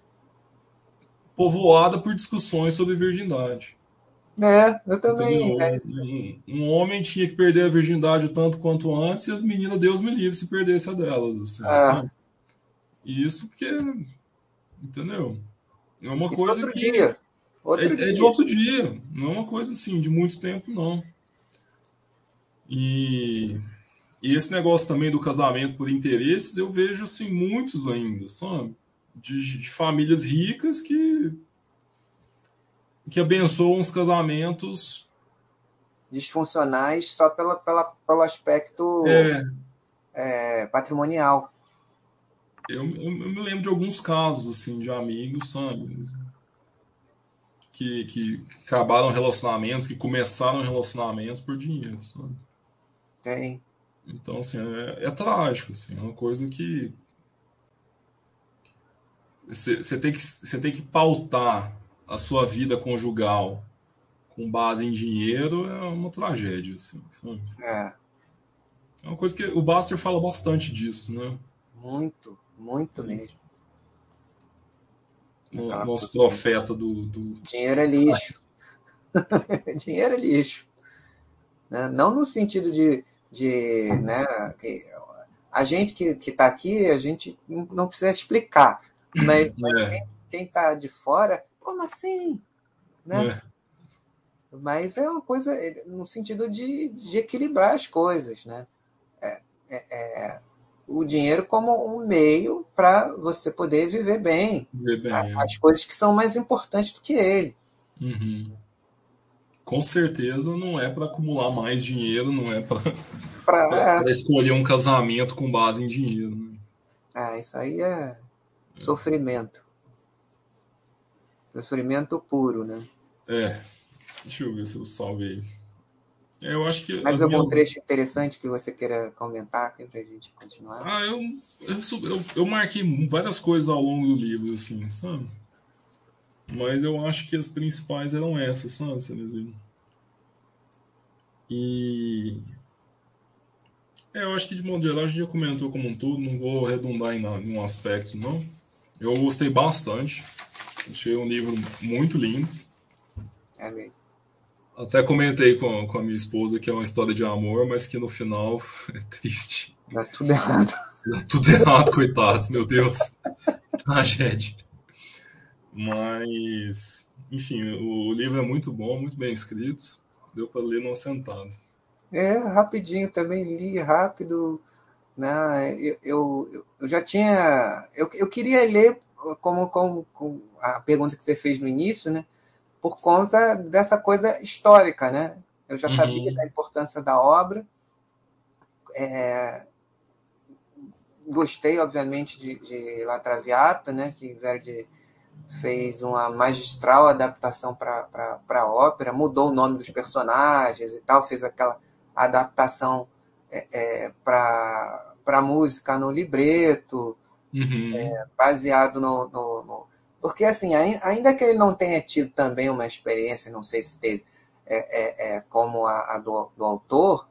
povoada por discussões sobre virgindade. é, eu Entendeu? também. Um, É, um- um homem tinha que perder a virgindade o tanto quanto antes, e as meninas, Deus me livre, se perdesse a delas, assim, é, sabe? E isso porque, entendeu? É uma isso coisa outro que dia. Outro é, é de dia. outro dia, não é uma coisa assim, de muito tempo, não. E, e esse negócio também do casamento por interesses, eu vejo assim, muitos ainda, sabe? De, de famílias ricas que, que abençoam os casamentos. Disfuncionais só pela, pela, pelo aspecto É, é, patrimonial. eu, eu, eu me lembro de alguns casos, assim, de amigos, sabe? que, que acabaram relacionamentos, que começaram relacionamentos por dinheiro, sabe? Tem. Então, assim, é, é trágico, assim, é uma coisa que você tem que você tem que pautar a sua vida conjugal com base em dinheiro é uma tragédia, assim, sabe? É, É uma coisa que o Buster fala bastante disso, né? muito, muito mesmo. No- Aquela Nosso coisa. profeta do, do, Dinheiro do é site. lixo. Dinheiro é lixo. Né? Não no sentido de, de né, que a gente que está aqui, a gente não precisa explicar, mas, mas É, quem está de fora, como assim? Né? é, Mas é uma coisa no sentido de, de equilibrar as coisas, né? O dinheiro como um meio para você poder viver bem, vê bem, é. as coisas que são mais importantes do que ele. Uhum. Com certeza não é para acumular mais dinheiro, não é para Pra, escolher um casamento com base em dinheiro, né? ah, isso aí é sofrimento, sofrimento puro, né? É, deixa eu ver se eu salvei. É, eu acho que Mais as algum minhas. trecho interessante que você queira comentar aqui para a gente continuar? Ah, eu, eu, sou- eu, eu marquei várias coisas ao longo do livro, assim, sabe? Mas eu acho que as principais eram essas, sabe, Cerezinho? E. É, eu acho que de modo geral a gente já comentou como um todo, não vou redundar em nada- em um aspecto, não. Eu gostei bastante. Achei um livro muito lindo. É mesmo. Até comentei com, com a minha esposa que é uma história de amor, mas que no final é triste. Dá tudo errado. Dá tudo errado, coitados, meu Deus. Tragédia. Mas, enfim, o livro é muito bom, muito bem escrito. Deu para ler numa sentada. É, rapidinho também li rápido, né? Eu, eu, eu já tinha. Eu, eu queria ler, como, como, como a pergunta que você fez no início, né? Por conta dessa coisa histórica, né? Eu já sabia da Uhum, importância da obra, gostei, obviamente, de, de La Traviata, né? Que Verdi fez uma magistral adaptação para a ópera, mudou o nome dos personagens e tal, fez aquela adaptação é, é, para a música no libreto, uhum, baseado no, no, no. Porque, assim, ainda que ele não tenha tido também uma experiência, não sei se teve, é, é, é, como a, a do, do autor,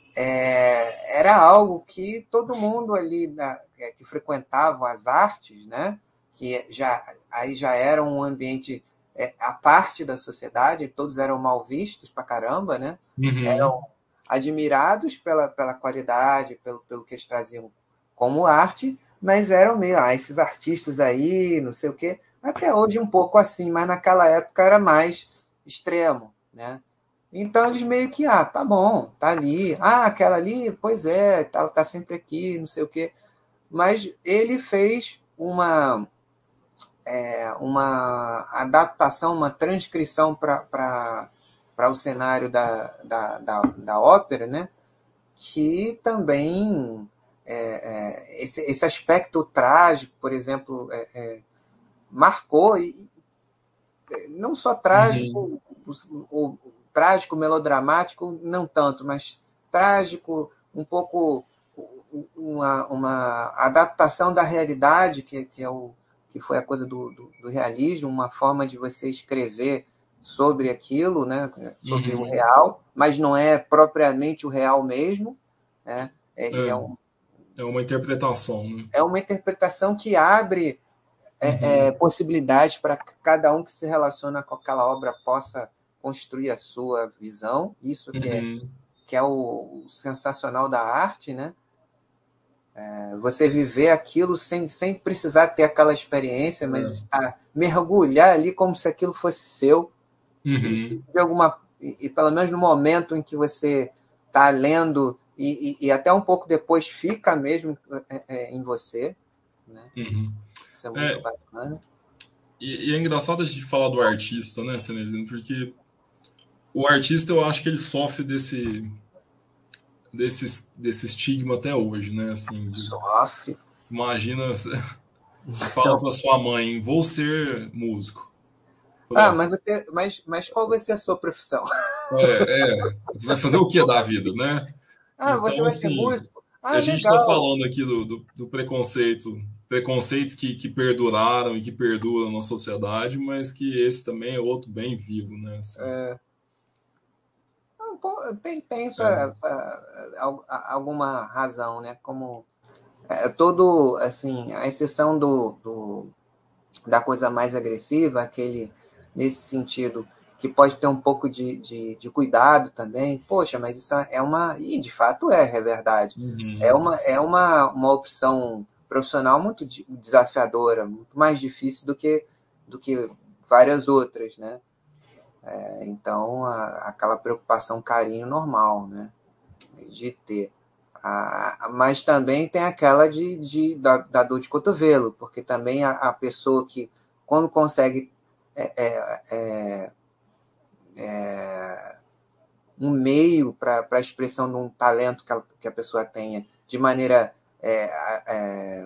é, era algo que todo mundo ali da, que frequentava as artes, né, que já aí já era um ambiente é, à parte da sociedade, todos eram mal vistos pra caramba, né, uhum, eram admirados pela, pela qualidade, pelo, pelo que eles traziam como arte, mas eram meio, ah, esses artistas aí, não sei o quê, até hoje um pouco assim, mas naquela época era mais extremo, né? Então eles meio que, ah, tá bom, tá ali. Ah, aquela ali, pois é, ela tá sempre aqui, não sei o quê. Mas ele fez uma, é, uma adaptação, uma transcrição para o cenário da, da, da, da ópera, né? Que também é, é, esse, esse aspecto trágico, por exemplo, é, é, marcou, e não só uhum, trágico, o, o, trágico, melodramático, não tanto, mas trágico, um pouco uma, uma adaptação da realidade, que, que, é o, que foi a coisa do, do, do realismo, uma forma de você escrever sobre aquilo, né, sobre o uhum. real, mas não é propriamente o real mesmo, né, ele é, um, É, é uma interpretação, né? é uma interpretação que abre é, é, Uhum, possibilidades para que cada um que se relaciona com aquela obra possa construir a sua visão. Isso que é, uhum, que é o, o sensacional da arte, né? É você viver aquilo sem, sem precisar ter aquela experiência, mas é, estar, mergulhar ali como se aquilo fosse seu. E, uhum, de alguma, e, e pelo menos no momento em que você está lendo, e, e, e, até um pouco depois fica mesmo é, é, em você. Né? uhum. Isso é muito É, bacana. e, e é engraçado a gente falar do artista, né, Cenezino? Porque o artista eu acho que ele sofre desse, desse, desse estigma até hoje, né? Assim, de- Sofre. imagina, você fala para sua mãe, vou ser músico. Ah, mas você, mas, mas qual vai ser a sua profissão? É, é, vai fazer o que da vida, né? Ah, você Então, vai ser assim, músico? a Ah, gente está legal. falando aqui do, do, do preconceito, preconceitos que, que perduraram e que perduram na sociedade, mas que esse também é outro bem vivo, né? Assim, Ah, pô, tem, tem é. essa, essa, al- a- alguma razão, né? Como é, todo, assim, a exceção do, do, da coisa mais agressiva, aquele, nesse sentido, que pode ter um pouco de, de, de cuidado também. Poxa, mas isso é uma. E de fato é, é verdade. É Uhum, uma, é uma, uma opção profissional muito desafiadora, muito mais difícil do que, do que várias outras, né? É, então, a, aquela preocupação, carinho normal, né? De ter. Ah, mas também tem aquela de, de, da, da dor de cotovelo, porque também a, a pessoa que, quando consegue é, é, é, um meio para a expressão de um talento que a, que a pessoa tenha de maneira é, é,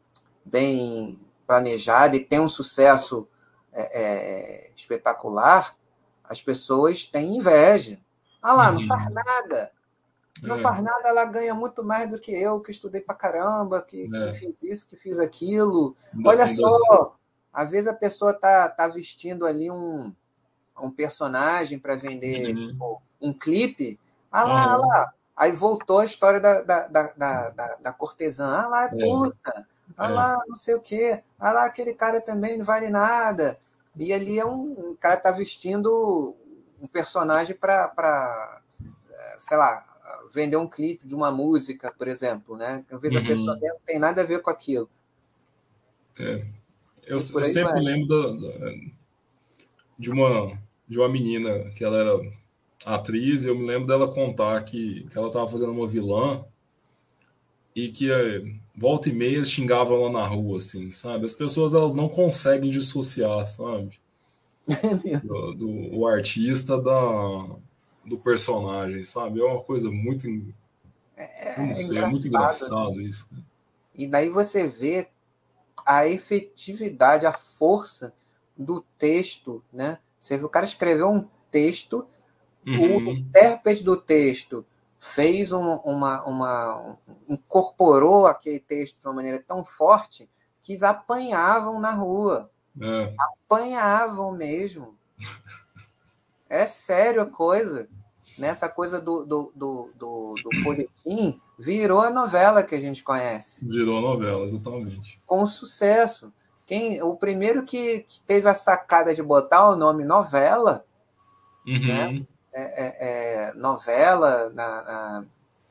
bem planejada e tem um sucesso é, é, espetacular, as pessoas têm inveja. Ah lá, não faz uhum, nada. Não é, faz nada, ela ganha muito mais do que eu, que estudei pra caramba, que, que é. fiz isso, que fiz aquilo. Ainda, Olha ainda, só, às vezes a pessoa tá, tá vestindo ali um, um personagem para vender, uhum, tipo, um clipe. Ah lá, ah aham, lá. Aí voltou a história da, da, da, da, da, da cortesã. Ah lá, é é, puta. Ah é, lá, não sei o quê. Ah lá, aquele cara também não vale nada. E ali é um, um cara tá vestindo um personagem para, sei lá, vender um clipe de uma música, por exemplo, né? Às vezes a pessoa uhum, mesmo não tem nada a ver com aquilo. é. Eu, E por eu aí sempre vai. lembro da, da- de uma, de uma menina que ela era atriz, e eu me lembro dela contar que, que ela estava fazendo uma vilã e que eh, volta e meia xingava ela na rua, assim, sabe? As pessoas elas não conseguem dissociar, sabe? Do, do o artista da, do personagem, sabe? É uma coisa muito, eu não É sei, é muito engraçado, né? engraçado isso. E daí você vê a efetividade, a força do texto, né? Você vê o cara escreveu um texto, o Uhum, intérprete do texto fez um, uma, uma, incorporou aquele texto de uma maneira tão forte que eles apanhavam na rua, é, apanhavam mesmo. É sério a coisa. Nessa coisa do, do, do, do, do folhetim, virou a novela que a gente conhece, virou novela, exatamente. com sucesso. Quem, o primeiro que, que teve a sacada de botar o nome novela, né? Uhum, É, é, é, novela, na, na,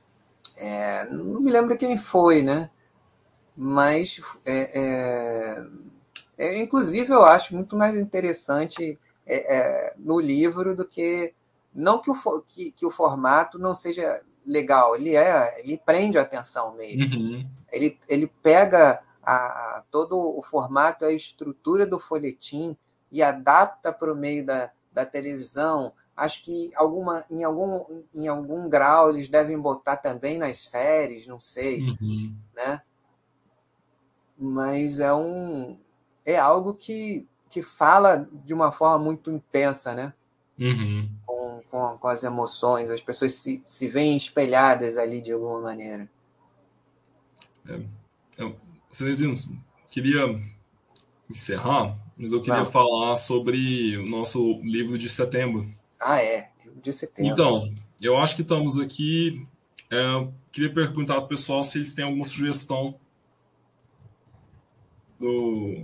é, não me lembro quem foi, né? Mas, é, é, é, inclusive, eu acho muito mais interessante é, é, no livro do que. Não que o, que, que o formato não seja legal, ele é, ele prende a atenção mesmo. uhum, Ele, ele pega a, a, todo o formato, a estrutura do folhetim e adapta para o meio da, da televisão. Acho que alguma, em, algum, em algum grau eles devem botar também nas séries, não sei, uhum, né? Mas é um é algo que, que fala de uma forma muito intensa, né? uhum. Com, com, com as emoções, as pessoas se, se veem espelhadas ali de alguma maneira. Eu, Cenezino, queria encerrar, mas eu queria Vamos. falar sobre o nosso livro de setembro. Ah, é. De setembro. Então, eu acho que estamos aqui. É, eu queria perguntar para o pessoal se eles têm alguma sugestão do,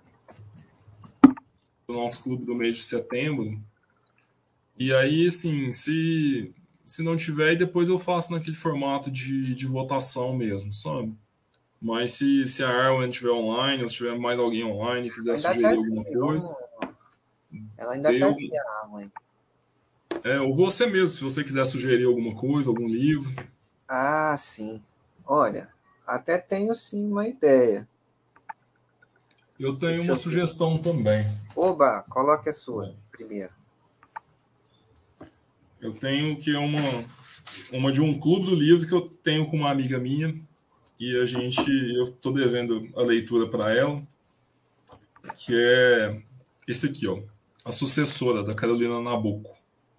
do nosso clube do mês de setembro. E aí, assim, se, se não tiver, depois eu faço naquele formato de, de votação mesmo, sabe? Mas se, se a Arwen estiver online, ou se tiver mais alguém online e quiser Ainda tá sugerir alguma aqui, vamos. coisa, Ela ainda tá eu, aqui, a mãe. é, ou você mesmo, se você quiser sugerir alguma coisa, algum livro. Ah, sim. Olha, até tenho sim uma ideia. Eu tenho Deixa uma eu ver. sugestão também. Oba, coloque a sua primeiro. Eu tenho que é uma, uma de um clube do livro que eu tenho com uma amiga minha e a gente, eu estou devendo a leitura para ela, que é esse aqui, ó, A Sucessora, da Carolina Nabuco.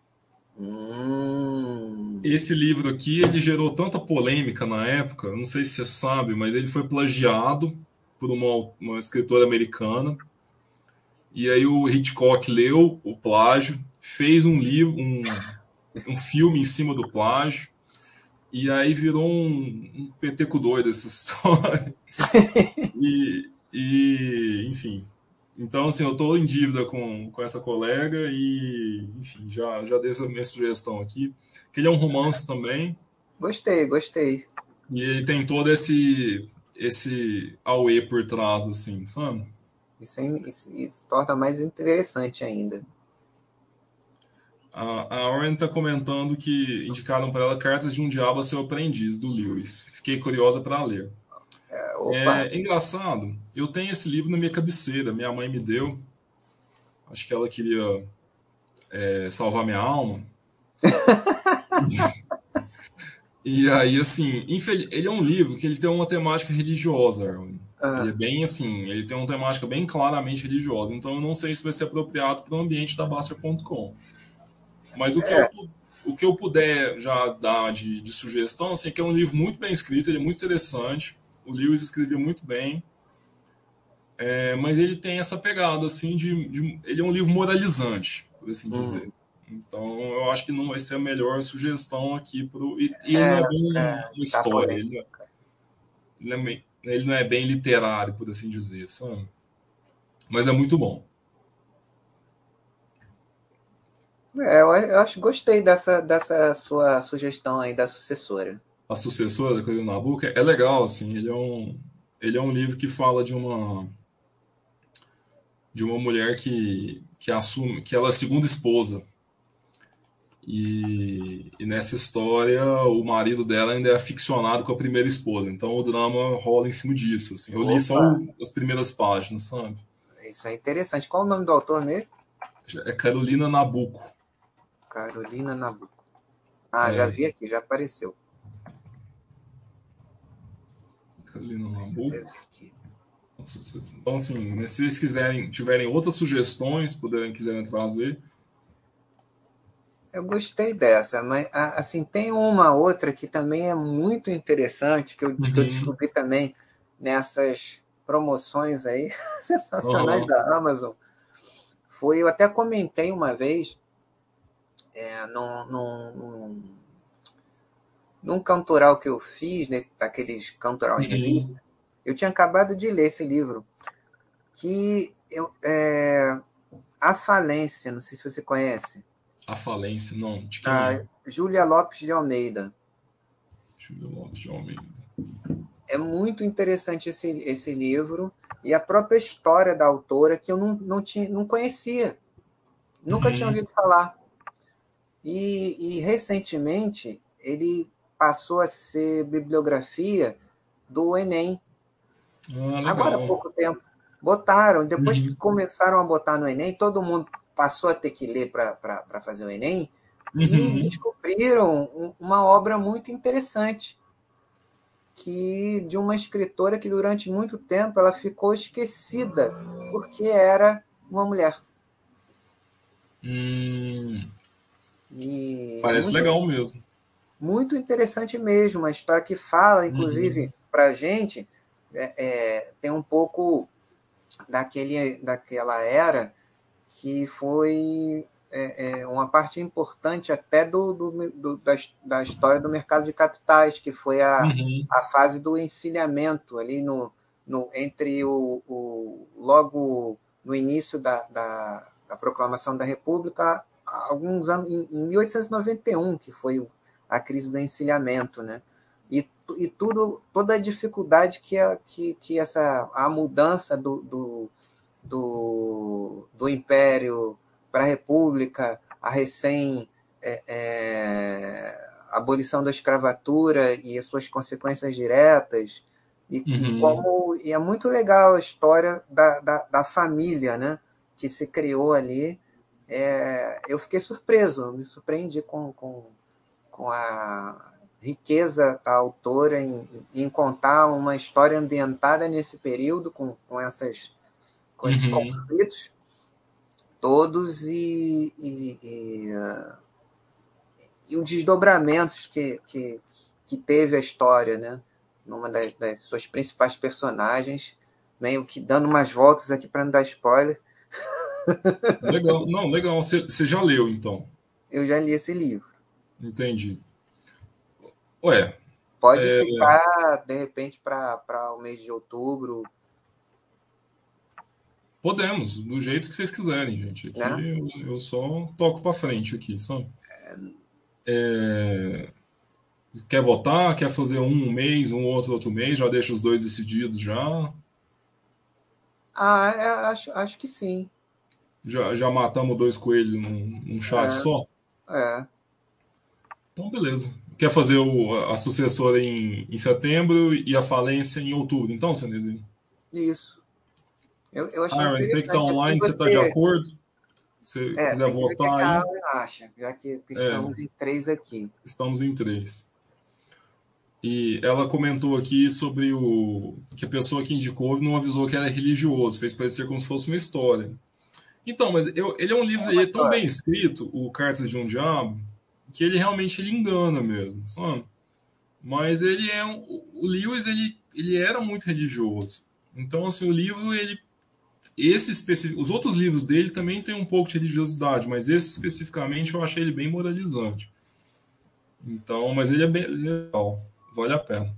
Hum. Esse livro aqui, ele gerou tanta polêmica na época, não sei se você sabe, mas ele foi plagiado por uma, uma escritora americana. E aí o Hitchcock leu o plágio, fez um livro, um, um filme em cima do plágio, e aí virou um, um peteco doido essa história. E, e, enfim. Então, assim, eu tô em dívida com, com essa colega e, enfim, já, já dei essa minha sugestão aqui. Que ele é um romance também, Gostei, gostei. e ele tem todo esse, esse auê por trás, assim, sabe? Isso, é- isso, isso torna mais interessante ainda. A, a Warren tá comentando que indicaram para ela Cartas de um Diabo a Seu Aprendiz, do Lewis. Fiquei curiosa para ler. É, opa, É engraçado, eu tenho esse livro na minha cabeceira, minha mãe me deu. Acho que ela queria é, salvar minha alma. E aí, assim, infel- ele é um livro que ele tem uma temática religiosa, Erwin. Ele é ah, bem assim, ele tem uma temática bem claramente religiosa. Então eu não sei se vai ser apropriado para o ambiente da Baster ponto com. Mas o que eu, pu- o que eu puder já dar de, de sugestão, assim, é que é um livro muito bem escrito, ele é muito interessante. O Lewis escreveu muito bem. É, mas ele tem essa pegada, assim, de, de- ele é um livro moralizante, por assim dizer. hum, Então, eu acho que não vai ser a melhor sugestão aqui pro. E, e ele não é, é bem é, uma tá história, polêmico. ele, não é- ele, é bem- ele não é bem literário, por assim dizer, sabe? Mas é muito bom. É, eu, eu acho gostei dessa, dessa sua sugestão aí da sucessora. A sucessora da Coelho Nabuco é legal, assim, ele é um, ele é um livro que fala de uma, de uma mulher que, que assume que ela é a segunda esposa. E, e nessa história, o marido dela ainda é aficionado com a primeira esposa. Então o drama rola em cima disso. Assim. Eu li só Opa, o- as primeiras páginas, sabe? isso é interessante. Qual o nome do autor mesmo? É Carolina Nabuco. Carolina Nabuco. Ah, já É, vi aqui, já apareceu. Carolina Deixa eu ver Nabuco. aqui. Então, assim, né, se vocês quiserem, tiverem outras sugestões, puderem, quiserem trazer. Eu gostei dessa, mas assim, tem uma outra que também é muito interessante, que eu, que eu Uhum. descobri também nessas promoções aí sensacionais Aham. da Amazon. Foi, eu até comentei uma vez, é, num, num, num, num cantoral que eu fiz, nesse, daqueles cantoral em Uhum. revista, eu tinha acabado de ler esse livro, que eu, é, A Falência, não sei se você conhece, A Falência, não. De quem a é? Júlia Lopes de Almeida. Júlio Lopes de Almeida. É muito interessante esse, esse livro e a própria história da autora, que eu não, não, tinha, não conhecia, nunca tinha Uhum. ouvido falar. E, e recentemente ele passou a ser bibliografia do Enem, Ah, agora há legal. pouco tempo. Botaram, depois que Uhum. começaram a botar no Enem, todo mundo passou a ter que ler para fazer o Enem, e Uhum. descobriram um- uma obra muito interessante, que de uma escritora que durante muito tempo ela ficou esquecida porque era uma mulher. Hum, E é parece muito, legal mesmo. muito interessante mesmo, uma história que fala, inclusive, Uhum. para a gente, é, é, tem um pouco daquele, daquela era que foi é, é, uma parte importante até do, do, do, da, da história do mercado de capitais, que foi a, Uhum. a fase do encilhamento, ali no, no, entre o, o logo no início da, da, da proclamação da República, alguns anos, em, em mil oitocentos e noventa e um, que foi a crise do encilhamento, né? E, e tudo, toda a dificuldade que, a, que, que essa, a mudança do, do do, do Império para a República, a recém é, é, abolição da escravatura e as suas consequências diretas, e, e Uhum. como e é muito legal a história da, da, da família, né, que se criou ali. É, eu fiquei surpreso, me surpreendi com, com, com a riqueza da autora em, em contar uma história ambientada nesse período, com, com essas com esses Uhum. conflitos, todos e, e, e, uh, e os desdobramentos que, que, que teve a história, né? Numa das, das suas principais personagens, meio que dando umas voltas aqui para não dar spoiler. Legal. Não, legal. Você você já leu, então. Eu já li esse livro. Entendi. Ué, Pode é, ficar, de repente, para o mês de outubro, podemos, do jeito que vocês quiserem, gente. né? Aqui eu, eu só toco pra frente aqui, sabe? É, quer votar? Quer fazer um mês, um outro outro mês? Já deixa os dois decididos já? Ah, é, acho, acho que sim. Já, já matamos dois coelhos num, num chat É, só? é, Então, beleza. Quer fazer o, a sucessora em, em setembro e a falência em outubro, então, Cenezinho? isso. Eu, eu achei Ah, você que está interessante. Assim online, você está de você. acordo? Se É, quiser tem que ver o que votar a aí, Alan acha, já que é, estamos em três aqui. estamos em três. E ela comentou aqui sobre o que a pessoa que indicou não avisou que era religioso, fez parecer como se fosse uma história. Então, mas eu, ele é um livro ele é tão bem escrito, o Cartas de um Diabo, que ele realmente ele engana mesmo, sabe? Mas ele é um, o Lewis ele, ele era muito religioso. Então, assim, o livro ele esse específico, os outros livros dele também tem um pouco de religiosidade, mas esse especificamente eu achei ele bem moralizante. Então, mas ele é bem legal, vale a pena.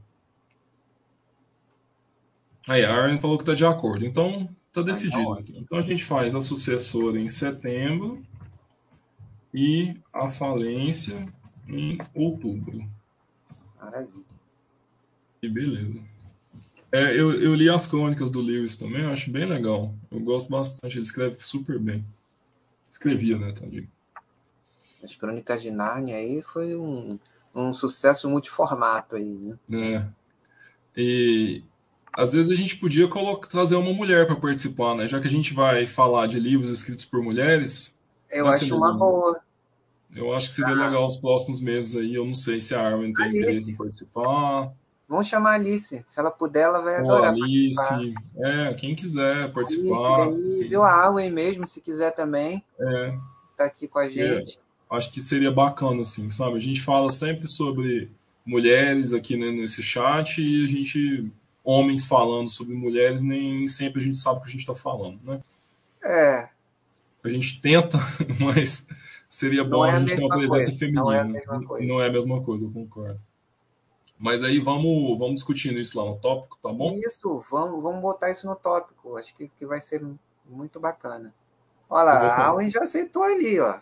Aí, a Aaron falou que está de acordo. Então, está Ah, então, decidido. ótimo. Então, a gente faz a sucessora em setembro e a falência em outubro. Maravilha. E beleza. É, eu, eu li as crônicas do Lewis também, eu acho bem legal. Eu gosto bastante, ele escreve super bem. Escrevia, né, tadinho? As Crônicas de Nárnia aí foi um, um sucesso multiformato aí, né? É. E às vezes a gente podia colocar, trazer uma mulher para participar, né? Já que a gente vai falar de livros escritos por mulheres, Eu né, acho uma Cenezinho? boa. Eu acho que seria legal os próximos meses aí. Eu não sei se a Armin tem interesse em Alice. participar. Vamos chamar a Alice. Se ela puder, ela vai Ou a adorar participar. Alice. É, quem quiser Alice, participar. Denise, ou Assim, a Auen mesmo, se quiser também, é, tá aqui com a é, gente. acho que seria bacana, assim, sabe? A gente fala sempre sobre mulheres aqui, né, nesse chat e a gente, homens falando sobre mulheres, nem sempre a gente sabe o que a gente está falando, né? É, A gente tenta, mas seria não bom é a a gente ter uma mesma presença coisa. Não é a feminina. mesma Não coisa. é a mesma coisa, eu concordo. Mas aí vamos, vamos discutindo isso lá no tópico, tá bom? Isso, vamos, vamos botar isso no tópico. Acho que, que vai ser muito bacana. Olha Eu lá, vou. a Auen já aceitou ali, ó.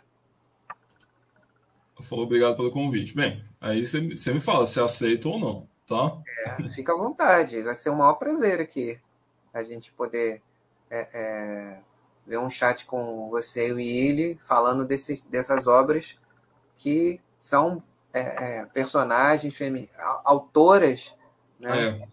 Falou obrigado pelo convite. Bem, aí você, você me fala se aceita ou não, tá? É, fica à vontade. Vai ser um maior prazer aqui a gente poder é, é, ver um chat com você e o Willi falando desses, dessas obras que são é, é, personagens, femi- autoras, né? É.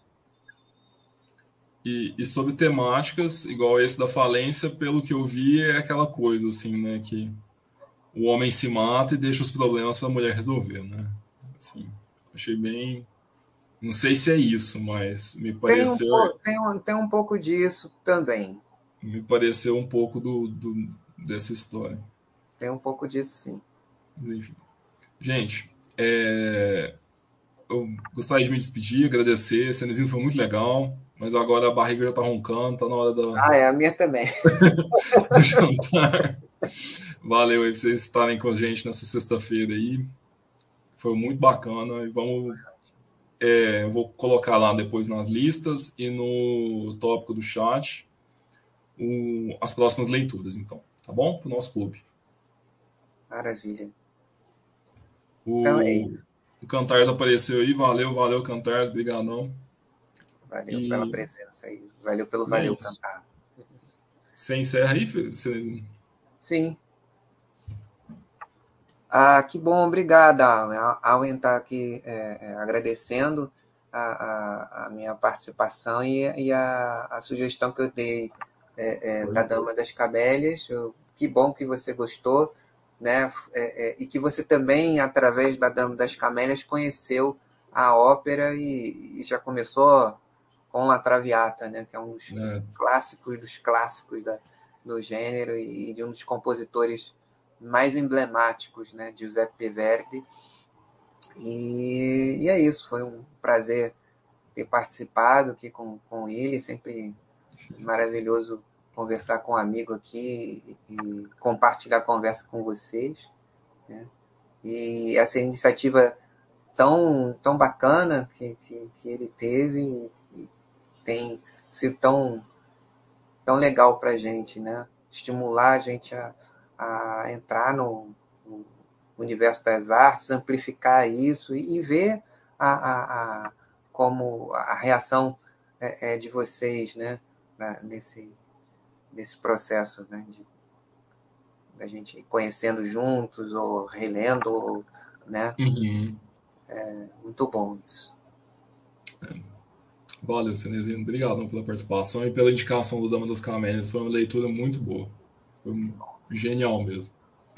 E, e sobre temáticas, igual esse da falência, pelo que eu vi, é aquela coisa assim, né? Que o homem se mata e deixa os problemas para a mulher resolver, né? Assim, achei bem. Não sei se é isso, mas me Tem um, pareceu, tem um, tem um pouco disso também. me pareceu um pouco do, do dessa história. Tem um pouco disso, sim. Mas, enfim. Gente, é, eu gostaria de me despedir, agradecer. Esse anezinho foi muito legal, mas agora a barriga já tá roncando, tá na hora da, Ah, é, a minha também. do jantar. Valeu aí pra vocês estarem com a gente nessa sexta-feira aí. Foi muito bacana e vamos. É, eu vou colocar lá depois nas listas e no tópico do chat o- as próximas leituras, então, tá bom? Pro nosso clube. Maravilha. Então é O, isso. o Cantares apareceu aí, valeu, valeu, Cantares, brigadão. Valeu pela E presença aí. Valeu pelo é Valeu isso. Cantar. Você encerra aí, Fê? Você... Sim. Ah, que bom, obrigada, Alan. A Alan está aqui é, é, agradecendo a, a, a minha participação e, e a, a sugestão que eu dei é, é, da Dama das Camélias. Eu- que bom que você gostou, né? É, é, e que você também, através da Dama das Camélias, conheceu a ópera e, e já começou com La Traviata, né? Que é um dos É, clássicos dos clássicos da, do gênero e de um dos compositores mais emblemáticos, né, Giuseppe Verdi. E, e é isso, foi um prazer ter participado aqui com, com ele, sempre maravilhoso conversar com um amigo aqui e, e compartilhar a conversa com vocês, né? E essa iniciativa tão, tão bacana que, que, que ele teve e tem sido tão, tão legal para a gente, né? Estimular a gente a, a entrar no, no universo das artes, amplificar isso e, e ver a, a, a, como a reação é, é de vocês, né? nesse, nesse processo, né? De, da gente ir conhecendo juntos ou relendo, né? Uhum. É muito bom isso. Valeu, Cenezino. Obrigado pela participação e pela indicação do Dama das Camélias. Foi uma leitura muito boa. Foi genial mesmo.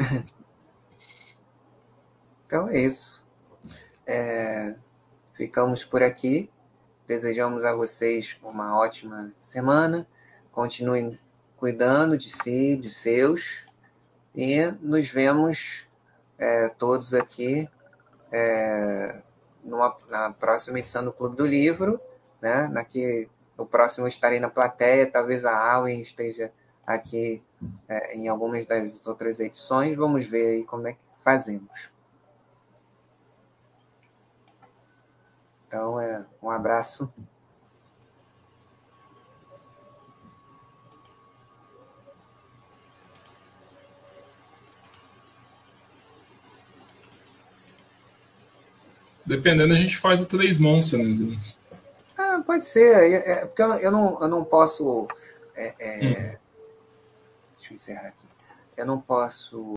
Então é isso. É, ficamos por aqui. Desejamos a vocês uma ótima semana. Continuem cuidando de si, de seus. E nos vemos é, todos aqui é, numa, na próxima edição do Clube do Livro. Né? Naqui, no próximo eu estarei na plateia. Talvez a Alwin esteja aqui é, em algumas das outras edições. Vamos ver aí como é que fazemos. Então, é, um abraço. Dependendo, a gente faz o três mãos, Cenezino. Ah, pode ser. É, é, porque eu, eu, não, eu não posso. É, é, Hum. deixa eu encerrar aqui. Eu não posso